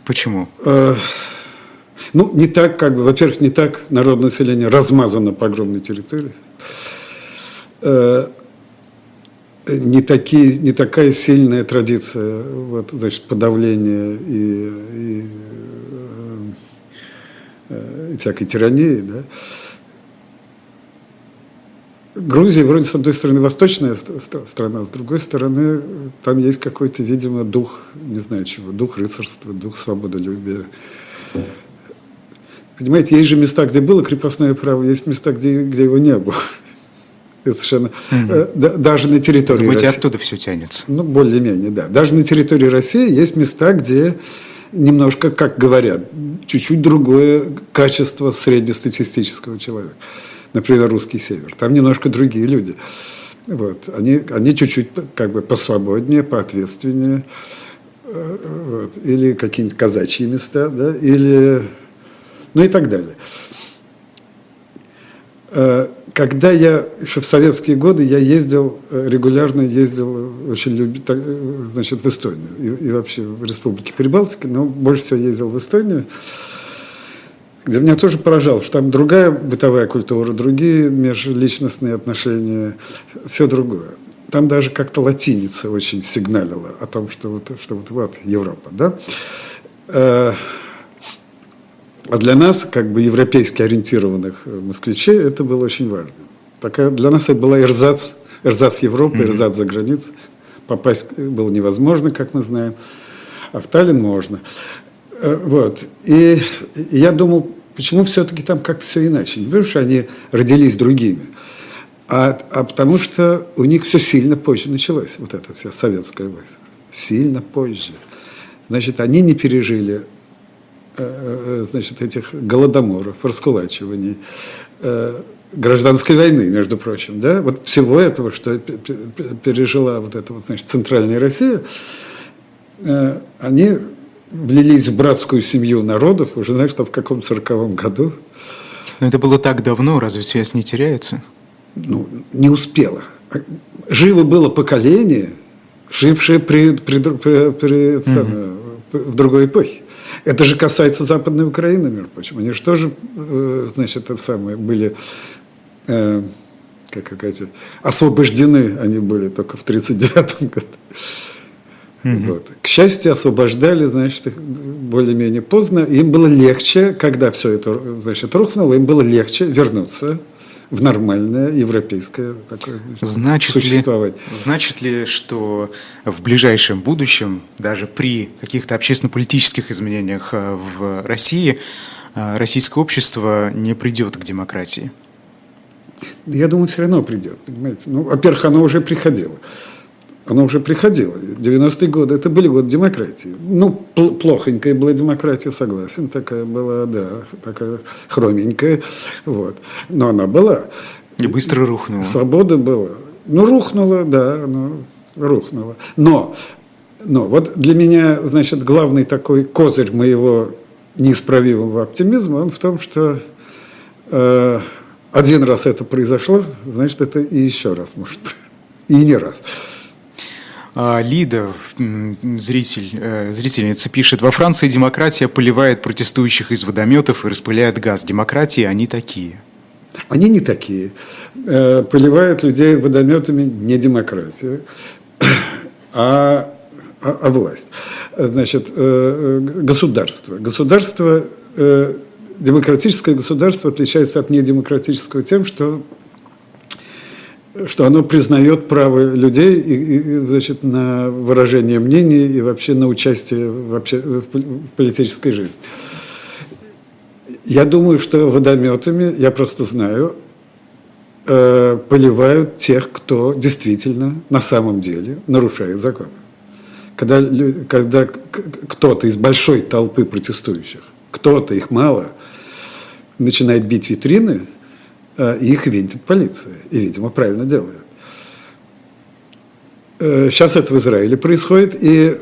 Почему? Ну, не так, как бы, во-первых, не так народное население размазано по огромной территории. Не, такие, не такая сильная традиция вот, значит, подавления и, и, и всякой тирании. Да. Грузия, вроде, с одной стороны, восточная страна, с другой стороны, там есть какой-то, видимо, дух, не знаю чего, дух рыцарства, дух свободолюбия. Понимаете, есть же места, где было крепостное право, есть места, где, где его не было. Это совершенно... Угу. Да, даже на территории Быть, России... оттуда все тянется. Ну, более-менее, да. Даже на территории России есть места, где немножко, как говорят, чуть-чуть другое качество среднестатистического человека. Например, русский север. Там немножко другие люди. Вот. Они, они чуть-чуть как бы посвободнее, поответственнее. Вот. Или какие-нибудь казачьи места, да, или... Ну и так далее. Когда я еще в советские годы я ездил, регулярно ездил, очень любил, значит, в Эстонию и, и вообще в Республике Прибалтики, но больше всего ездил в Эстонию, где меня тоже поражало, что там другая бытовая культура, другие межличностные отношения, все другое. Там даже как-то латиница очень сигналила о том, что вот, что вот, вот Европа, да. А для нас, как бы европейски ориентированных москвичей, это было очень важно. Такая, для нас это была эрзац, эрзац Европы, mm-hmm. эрзац за границей. Попасть было невозможно, как мы знаем, а в Таллин можно. Вот. И, и я думал, почему все-таки там как-то все иначе. Не потому что они родились другими, а, а потому что у них все сильно позже началось, вот эта вся советская власть. Сильно позже. Значит, они не пережили... значит, этих голодоморов, раскулачиваний, гражданской войны, между прочим, да, вот всего этого, что пережила вот эта вот, значит, центральная Россия, они влились в братскую семью народов, уже, знаешь, что в каком сороковом году. Но это было так давно, разве связь не теряется? Ну, не успела. Живо было поколение, жившее при, при, при, при, угу. самое, в другой эпохе. Это же касается Западной Украины, между прочим. Они же тоже, значит, это самое, были, э, как какая-то, освобождены они были только в тридцать девятом году. Mm-hmm. Вот. К счастью, освобождали, значит, их более-менее поздно. Им было легче, когда все это, значит, рухнуло, им было легче вернуться в нормальное европейское такое, значит, значит существовать. Ли, значит ли, что в ближайшем будущем, даже при каких-то общественно-политических изменениях в России, российское общество не придет к демократии? Я думаю, все равно придет. Понимаете? Ну, во-первых, оно уже приходило. Оно уже приходило. девяностые годы, это были годы демократии. Ну, пл- плохонькая была демократия, согласен. Такая была, да, такая хроменькая. Вот. Но она была. И быстро рухнула. Свобода была. Ну, рухнула, да, ну, рухнула. Но, но вот для меня, значит, главный такой козырь моего неисправимого оптимизма, он в том, что э, один раз это произошло, значит, это и еще раз может быть. И не раз. Лида, зритель, зрительница, пишет: во Франции демократия поливает протестующих из водометов и распыляет газ. Демократии они такие. Они не такие. Поливают людей водометами не демократия, а, а, а власть. Значит, государство. Государство, демократическое государство отличается от недемократического тем, что что оно признает право людей и, и, значит, на выражение мнений и вообще на участие вообще в политической жизни. Я думаю, что водометами, я просто знаю, э, поливают тех, кто действительно на самом деле нарушает закон. Когда, когда кто-то из большой толпы протестующих, кто-то, их мало, начинает бить витрины, их винтит полиция. И, видимо, правильно делают. Сейчас это в Израиле происходит, и,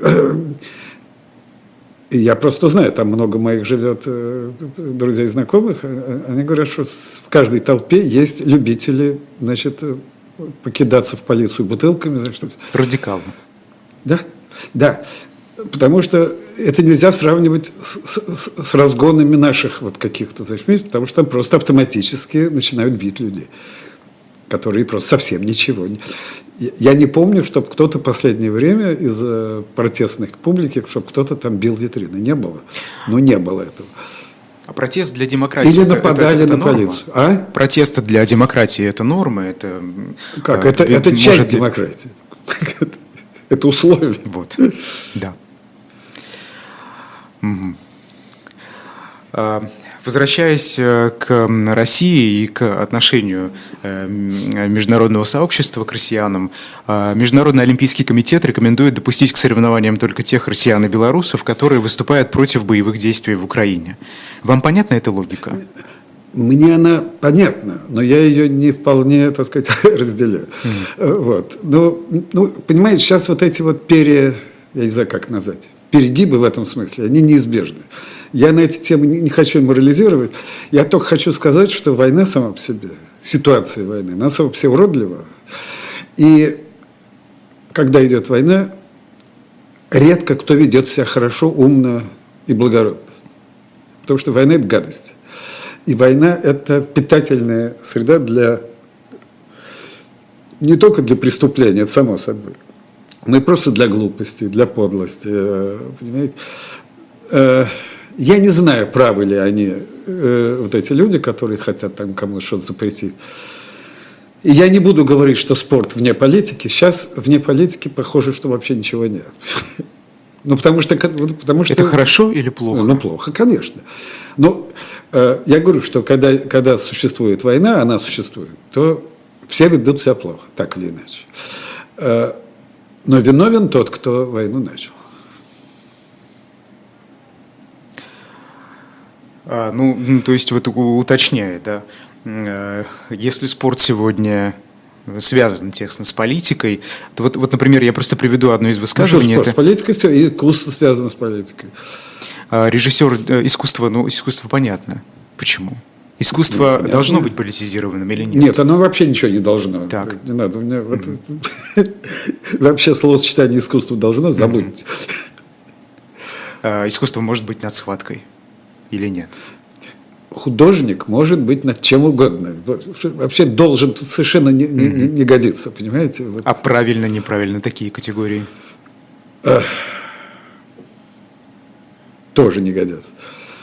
и я просто знаю, там много моих живет друзей и знакомых, они говорят, что в каждой толпе есть любители, значит, покидаться в полицию бутылками. Значит, радикалы. Да, да. Потому что это нельзя сравнивать с, с, с разгонами наших вот каких-то, значит, потому что там просто автоматически начинают бить людей, которые просто совсем ничего не... Я не помню, чтобы кто-то в последнее время из протестных публики, чтобы кто-то там бил витрины. Не было. Ну, не было этого. А протест для демократии Или это, нападали это, это на норма? полицию. А? Протесты для демократии это норма? Это, как? А, Это, это это часть может... демократии. Это условие. Вот, да. Угу. Возвращаясь к России и к отношению международного сообщества к россиянам, Международный олимпийский комитет рекомендует допустить к соревнованиям только тех россиян и белорусов, которые выступают против боевых действий в Украине. Вам понятна эта логика? Мне она понятна, но я ее не вполне, так сказать, разделяю. Mm. Вот. Но, ну, понимаете, сейчас вот эти вот пере... Я не знаю, как назвать. Перегибы в этом смысле, они неизбежны. Я на эти темы не хочу морализировать. Я только хочу сказать, что война сама по себе, ситуация войны, она сама по себе уродлива. И когда идет война, редко кто ведет себя хорошо, умно и благородно. Потому что война – это гадость. И война – это питательная среда для... не только для преступления, это само собой, но и просто для глупости, для подлости. Понимаете? Я не знаю, правы ли они, вот эти люди, которые хотят там кому-то что-то запретить. И я не буду говорить, что спорт вне политики. Сейчас вне политики похоже, что вообще ничего нет. Ну, потому что, потому что... Это хорошо или плохо? Ну, плохо, конечно. Но э, я говорю, что когда, когда существует война, она существует, то все ведут себя плохо, так или иначе. Э, но виновен тот, кто войну начал. А, ну, то есть, вот уточняя, да, э, если спорт сегодня связан тесно с политикой, то вот, вот, например, я просто приведу одно из высказываний. Ну, что, спорт это... с политикой, все, и искусство связано с политикой. Режиссер искусства, ну, искусство понятно. Почему? Искусство нет, должно нет. быть политизированным или нет? Нет, оно вообще ничего не должно. Так. Не надо. У меня вот... Вообще словосочетание искусства должно, забудьте. Искусство может быть над схваткой или нет? Художник может быть над чем угодно. Вообще должен, тут совершенно не, не, не, не годится, понимаете? Вот. А правильно, неправильно такие категории? Эх. Тоже не годятся.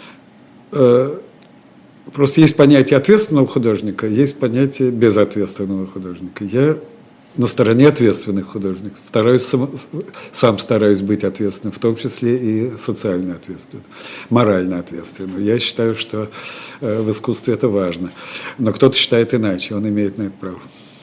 Просто есть понятие ответственного художника, есть понятие безответственного художника. Я на стороне ответственных художников. Стараюсь сам, сам стараюсь быть ответственным, в том числе и социально ответственным, морально ответственным. Я считаю, что в искусстве это важно. Но кто-то считает иначе, он имеет на это право.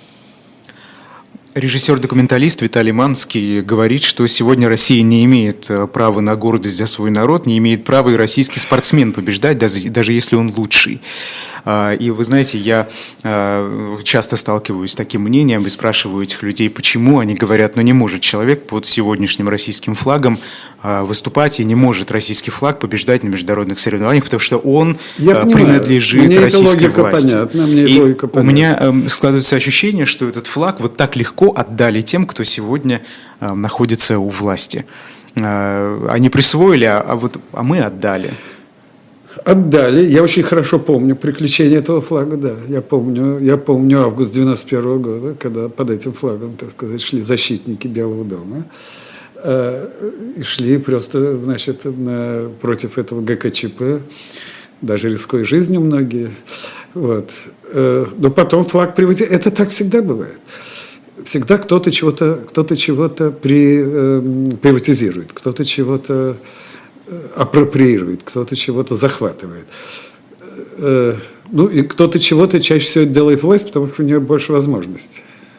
Режиссер-документалист Виталий Манский говорит, что сегодня Россия не имеет права на гордость за свой народ, не имеет права и российский спортсмен побеждать, даже, даже если он лучший. И вы знаете, я часто сталкиваюсь с таким мнением и спрашиваю этих людей, почему. Они говорят, ну не может человек под сегодняшним российским флагом выступать, и не может российский флаг побеждать на международных соревнованиях, потому что он я принадлежит мне российской власти. Понятна, мне и логика понятна. У меня складывается ощущение, что этот флаг вот так легко отдали тем, кто сегодня находится у власти. Они присвоили, а, вот, а мы отдали. Отдали. Я очень хорошо помню приключения этого флага, да. Я помню, я помню август девяносто первого года, когда под этим флагом, так сказать, шли защитники Белого дома. И шли просто, значит, против этого ГКЧП, даже рискуя жизнью многие. Вот. Но потом флаг привозили. Это так всегда бывает. Всегда кто-то чего-то, кто-то чего-то при, э, приватизирует, кто-то чего-то апроприирует, кто-то чего-то захватывает. Э, ну и кто-то чего-то чаще всего делает власть, потому что у нее больше возможностей.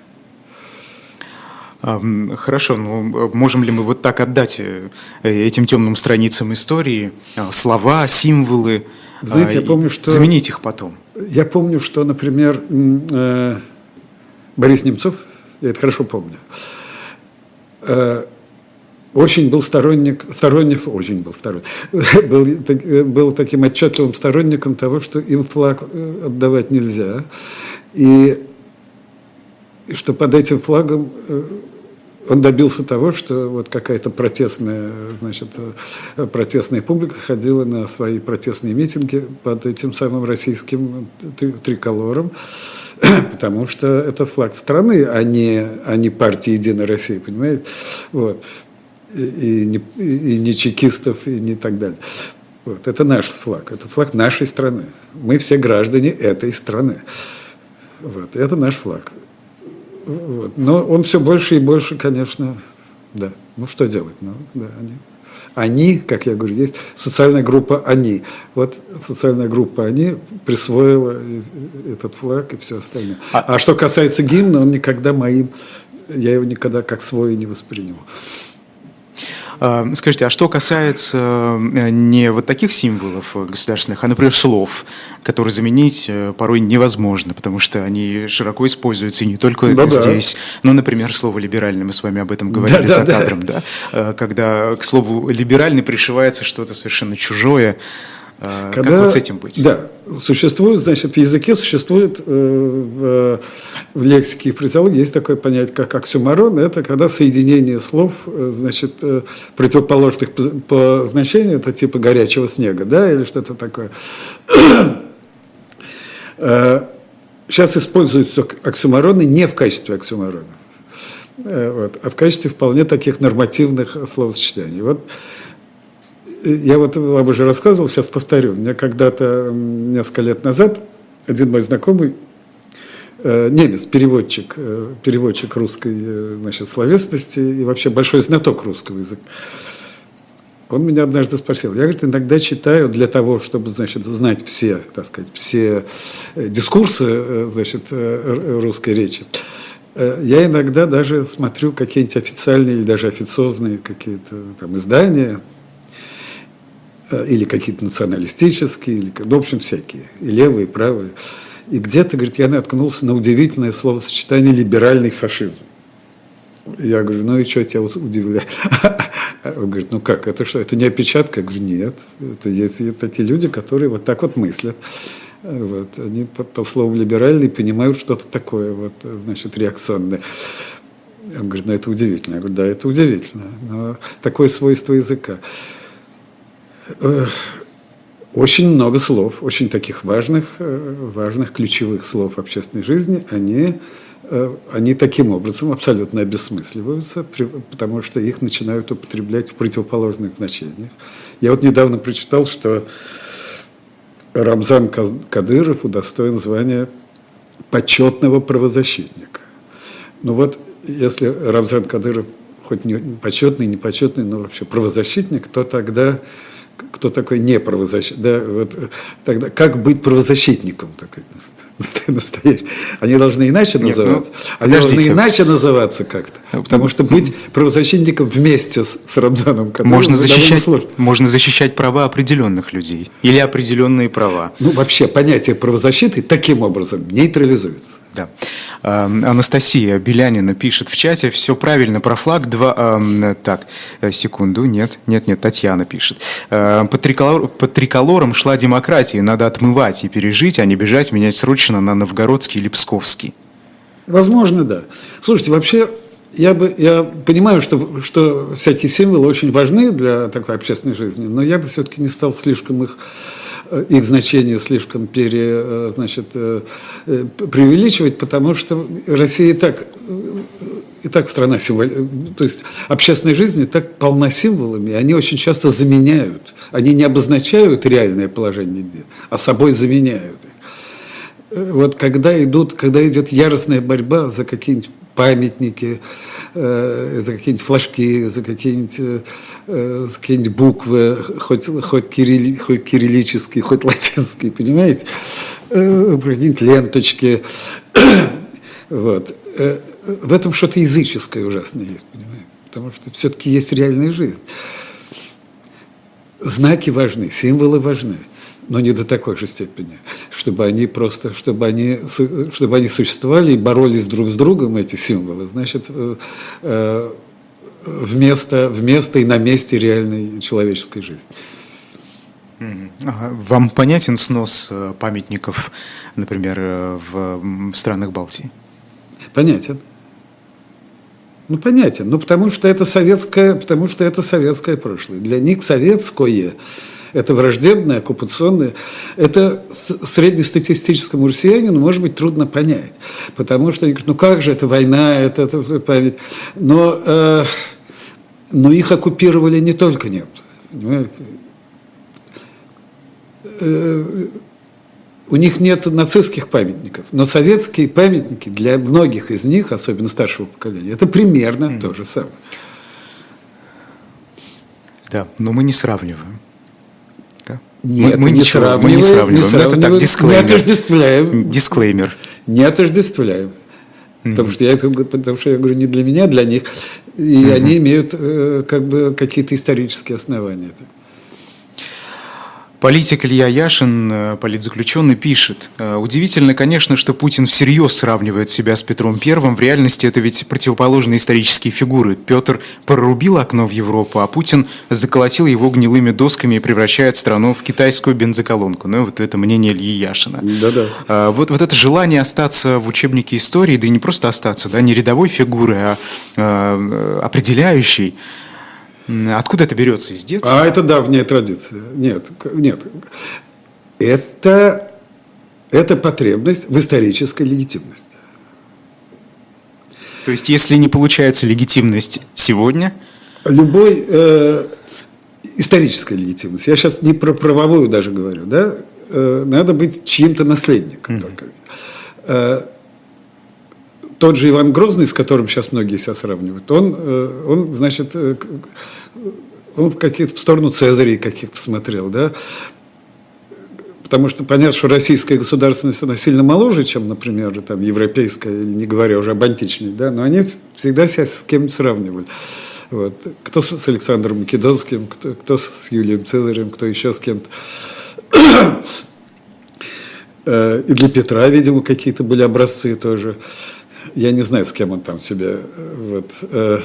Хорошо, но можем ли мы вот так отдать этим темным страницам истории слова, символы, знаете, я помню, что, заменить их потом? Я помню, что, например, э, Борис Немцов, я это хорошо помню, э, очень был сторонник, сторонник, очень был сторонник, был, был таким отчетливым сторонником того, что им флаг отдавать нельзя, и, и что под этим флагом он добился того, что вот какая-то протестная, значит, протестная публика ходила на свои протестные митинги под этим самым российским триколором, потому что это флаг страны, а не, а не партии «Единая Россия», понимаете? Вот. И, и, не, и не чекистов, и не так далее. Вот. Это наш флаг, это флаг нашей страны. Мы все граждане этой страны. Вот. Это наш флаг. Вот. Но он все больше и больше, конечно, да. Ну, что делать? Ну, да, они. Они, как я говорю, есть социальная группа «они». Вот социальная группа «они» присвоила этот флаг и все остальное. А, а что касается гимна, он никогда моим, я его никогда как свой не воспринимал. Скажите, а что касается не вот таких символов государственных, а, например, слов, которые заменить порой невозможно, потому что они широко используются и не только да, здесь, да. но, например, слово «либеральный», мы с вами об этом говорили да, за да, кадром, да. Да? Когда к слову «либеральный» пришивается что-то совершенно чужое. Когда, как вот с этим быть? Да, существует, значит, в языке существует, э, в, в лексике и фразеологии есть такое понятие, как оксюморон. Это когда соединение слов, значит, противоположных по, по значению, это типа горячего снега, да, или что-то такое. Сейчас используются оксюмороны не в качестве оксюморонов, вот, а в качестве вполне таких нормативных словосочетаний. Вот. Я вот вам уже рассказывал, сейчас повторю. Мне когда-то, несколько лет назад, один мой знакомый, э, немец, переводчик, э, переводчик русской, э, значит, словесности и вообще большой знаток русского языка, он меня однажды спросил. Я, говорит, иногда читаю для того, чтобы, значит, знать все, так сказать, все дискурсы, э, значит, э, русской речи. Э, я иногда даже смотрю какие-нибудь официальные или даже официозные какие-то там издания, или какие-то националистические, или, ну, в общем, всякие, и левые, и правые. И где-то, говорит, я наткнулся на удивительное словосочетание «либеральный фашизм». Я говорю, ну и что тебя удивляет? Он говорит, ну как, это что, это не опечатка? Я говорю, нет, это есть такие люди, которые вот так вот мыслят. Вот, они по, по слову «либеральный» понимают что-то такое, вот, значит, реакционное. Он говорит, ну это удивительно. Я говорю, да, это удивительно, но такое свойство языка. Очень много слов, очень таких важных, важных ключевых слов общественной жизни, они, они таким образом абсолютно обессмысливаются, потому что их начинают употреблять в противоположных значениях. Я вот недавно прочитал, что Рамзан Кадыров удостоен звания почетного правозащитника. Ну вот, если Рамзан Кадыров хоть не почетный, не почетный, но вообще правозащитник, то тогда... Кто такой не правозащитник? Да, вот, тогда как быть правозащитником? Такой, настоящий? Они должны иначе Нет, называться. Ну, Они подождите. должны иначе называться как-то. Потому что быть правозащитником вместе с, с Рамзаном Кадыровым можно защищать, можно защищать права определенных людей или определенные права. Ну, вообще, понятие правозащиты таким образом нейтрализуется. Да. Анастасия Белянина пишет в чате, все правильно про флаг. Два, э, так, секунду, нет, нет, нет, Татьяна пишет. Э, под, триколор, под триколором шла демократия, надо отмывать и пережить, а не бежать менять срочно на новгородский или псковский. Возможно, да. Слушайте, вообще, я, бы, я понимаю, что, что всякие символы очень важны для такой общественной жизни, но я бы все-таки не стал слишком их... их значение слишком пере, значит, преувеличивать, потому что Россия и так, и так страна символ, то есть общественная жизнь и так полна символами, они очень часто заменяют, они не обозначают реальное положение нигде, а собой заменяют их. Вот когда идут, когда идет яростная борьба за какие-нибудь памятники, э, за какие-нибудь флажки, за какие-нибудь, э, за какие-нибудь буквы, хоть, хоть, кирилли, хоть кириллические, хоть латинские, понимаете? Э, какие-нибудь ленточки. Вот. Э, в этом что-то языческое ужасное есть, понимаете? Потому что все-таки есть реальная жизнь. Знаки важны, символы важны. Но не до такой же степени, чтобы они просто, чтобы они, чтобы они существовали и боролись друг с другом, эти символы, значит, вместо, вместо и на месте реальной человеческой жизни. Вам понятен снос памятников, например, в странах Балтии? Понятен. Ну, понятен. Ну, потому что это советское, потому что это советское прошлое. Для них советское – это враждебное, оккупационное. Это среднестатистическому россиянину, может быть, трудно понять. Потому что они говорят, ну, как же это война, это, это память. Но, э, но их оккупировали не только немцы. Понимаете? Э, У них нет нацистских памятников, но советские памятники для многих из них, особенно старшего поколения, это примерно mm-hmm. то же самое. Да, но мы не сравниваем. Да? Нет, мы, мы, не ничего, сравниваем, мы не сравниваем. Не сравниваем. Это так, дисклеймер. Не отождествляем. Дисклеймер. Не отождествляем. Mm-hmm. Потому, что я, потому что я говорю не для меня, а для них. И mm-hmm. они имеют э, как бы какие-то исторические основания. Политик Илья Яшин, политзаключенный, пишет: «Удивительно, конечно, что Путин всерьез сравнивает себя с Петром Первым. В реальности это ведь противоположные исторические фигуры. Петр прорубил окно в Европу, а Путин заколотил его гнилыми досками и превращает страну в китайскую бензоколонку». Ну, вот это мнение Ильи Яшина. Да-да. Вот, вот это желание остаться в учебнике истории, да и не просто остаться, да, не рядовой фигурой, а, а определяющей. Откуда это берется? Из детства? А это давняя традиция. Нет, нет. Это, это потребность в исторической легитимности. То есть, если не получается легитимность сегодня? Любой э, историческая легитимность. Я сейчас не про правовую даже говорю. Да? Э, надо быть чьим-то наследником. Mm-hmm. Э, Тот же Иван Грозный, с которым сейчас многие себя сравнивают, он, он значит, он в, какие-то, в сторону Цезарей каких-то смотрел, да? Потому что понятно, что российская государственность, она сильно моложе, чем, например, там, европейская, не говоря уже об античной, да? Но они всегда себя с кем-то сравнивали. Вот. Кто с Александром Македонским, кто, кто с Юлием Цезарем, кто еще с кем-то. И для Петра, видимо, какие-то были образцы тоже. Я не знаю, с кем он там себя вот, э,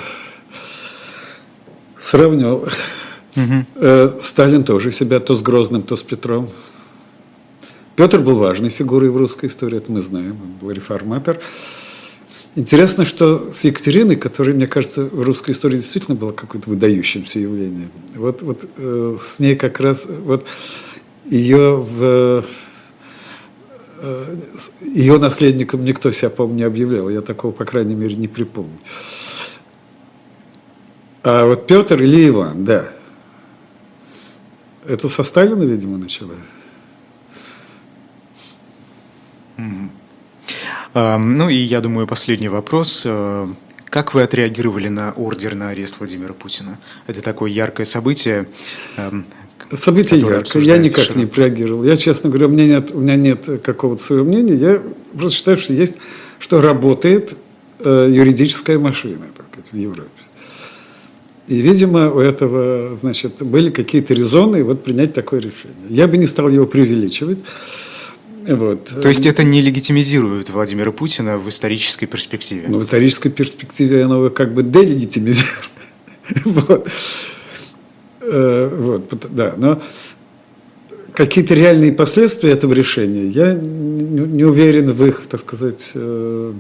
сравнивал. Угу. Э, Сталин тоже себя то с Грозным, то с Петром. Петр был важной фигурой в русской истории, это мы знаем, он был реформатор. Интересно, что с Екатериной, которая, мне кажется, в русской истории действительно была какое-то выдающимся явлением. Вот, вот э, с ней как раз вот, ее в... Ее наследником никто себя, по-моему, не объявлял. Я такого, по крайней мере, не припомню. А вот Петр или Иван, да. Это со Сталина, видимо, началось. Mm-hmm. А, ну и, я думаю, последний вопрос. Как вы отреагировали на ордер на арест Владимира Путина? Это такое яркое событие. Событие яркое, я никак широко. не реагировал. Я, честно говоря, у меня нет, у меня нет какого-то своего мнения. Я просто считаю, что есть, что работает э, юридическая машина, так сказать, в Европе. И, видимо, у этого, значит, были какие-то резоны вот, принять такое решение. Я бы не стал его преувеличивать. Вот. То есть это не легитимизирует Владимира Путина в исторической перспективе? Ну, в исторической перспективе оно как бы делегитимизирует. Вот. Вот, да, но какие-то реальные последствия этого решения, я не, не уверен в их, так сказать, в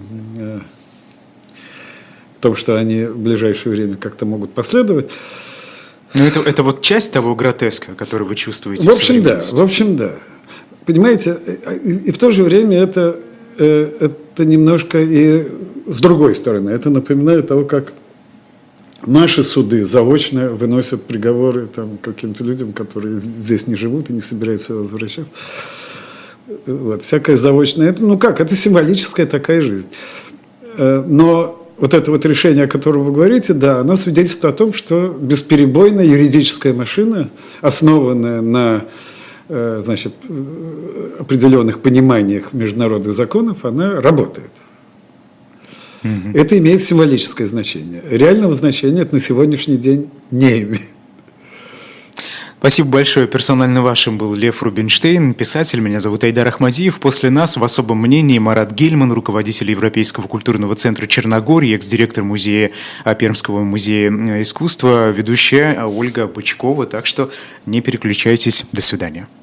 том, что они в ближайшее время как-то могут последовать. Ну, это, это вот часть того гротеска, который вы чувствуете в общем, в да, в общем, да. Понимаете, и, и в то же время это, это немножко и с другой стороны, это напоминает того, как наши суды заочно выносят приговоры там, каким-то людям, которые здесь не живут и не собираются возвращаться. Вот, всякое заочное. Это, ну как, это символическая такая жизнь. Но вот это вот решение, о котором вы говорите, да, оно свидетельствует о том, что бесперебойная юридическая машина, основанная на значит, определенных пониманиях международных законов, она работает. Угу. Это имеет символическое значение. Реального значения это на сегодняшний день не имеет. Спасибо большое. Персонально вашим был Лев Рубинштейн, писатель. Меня зовут Айдар Ахмадиев. После нас в особом мнении Марат Гельман, руководитель Европейского культурного центра Черногории, экс-директор музея Пермского музея искусства, ведущая Ольга Бычкова. Так что не переключайтесь. До свидания.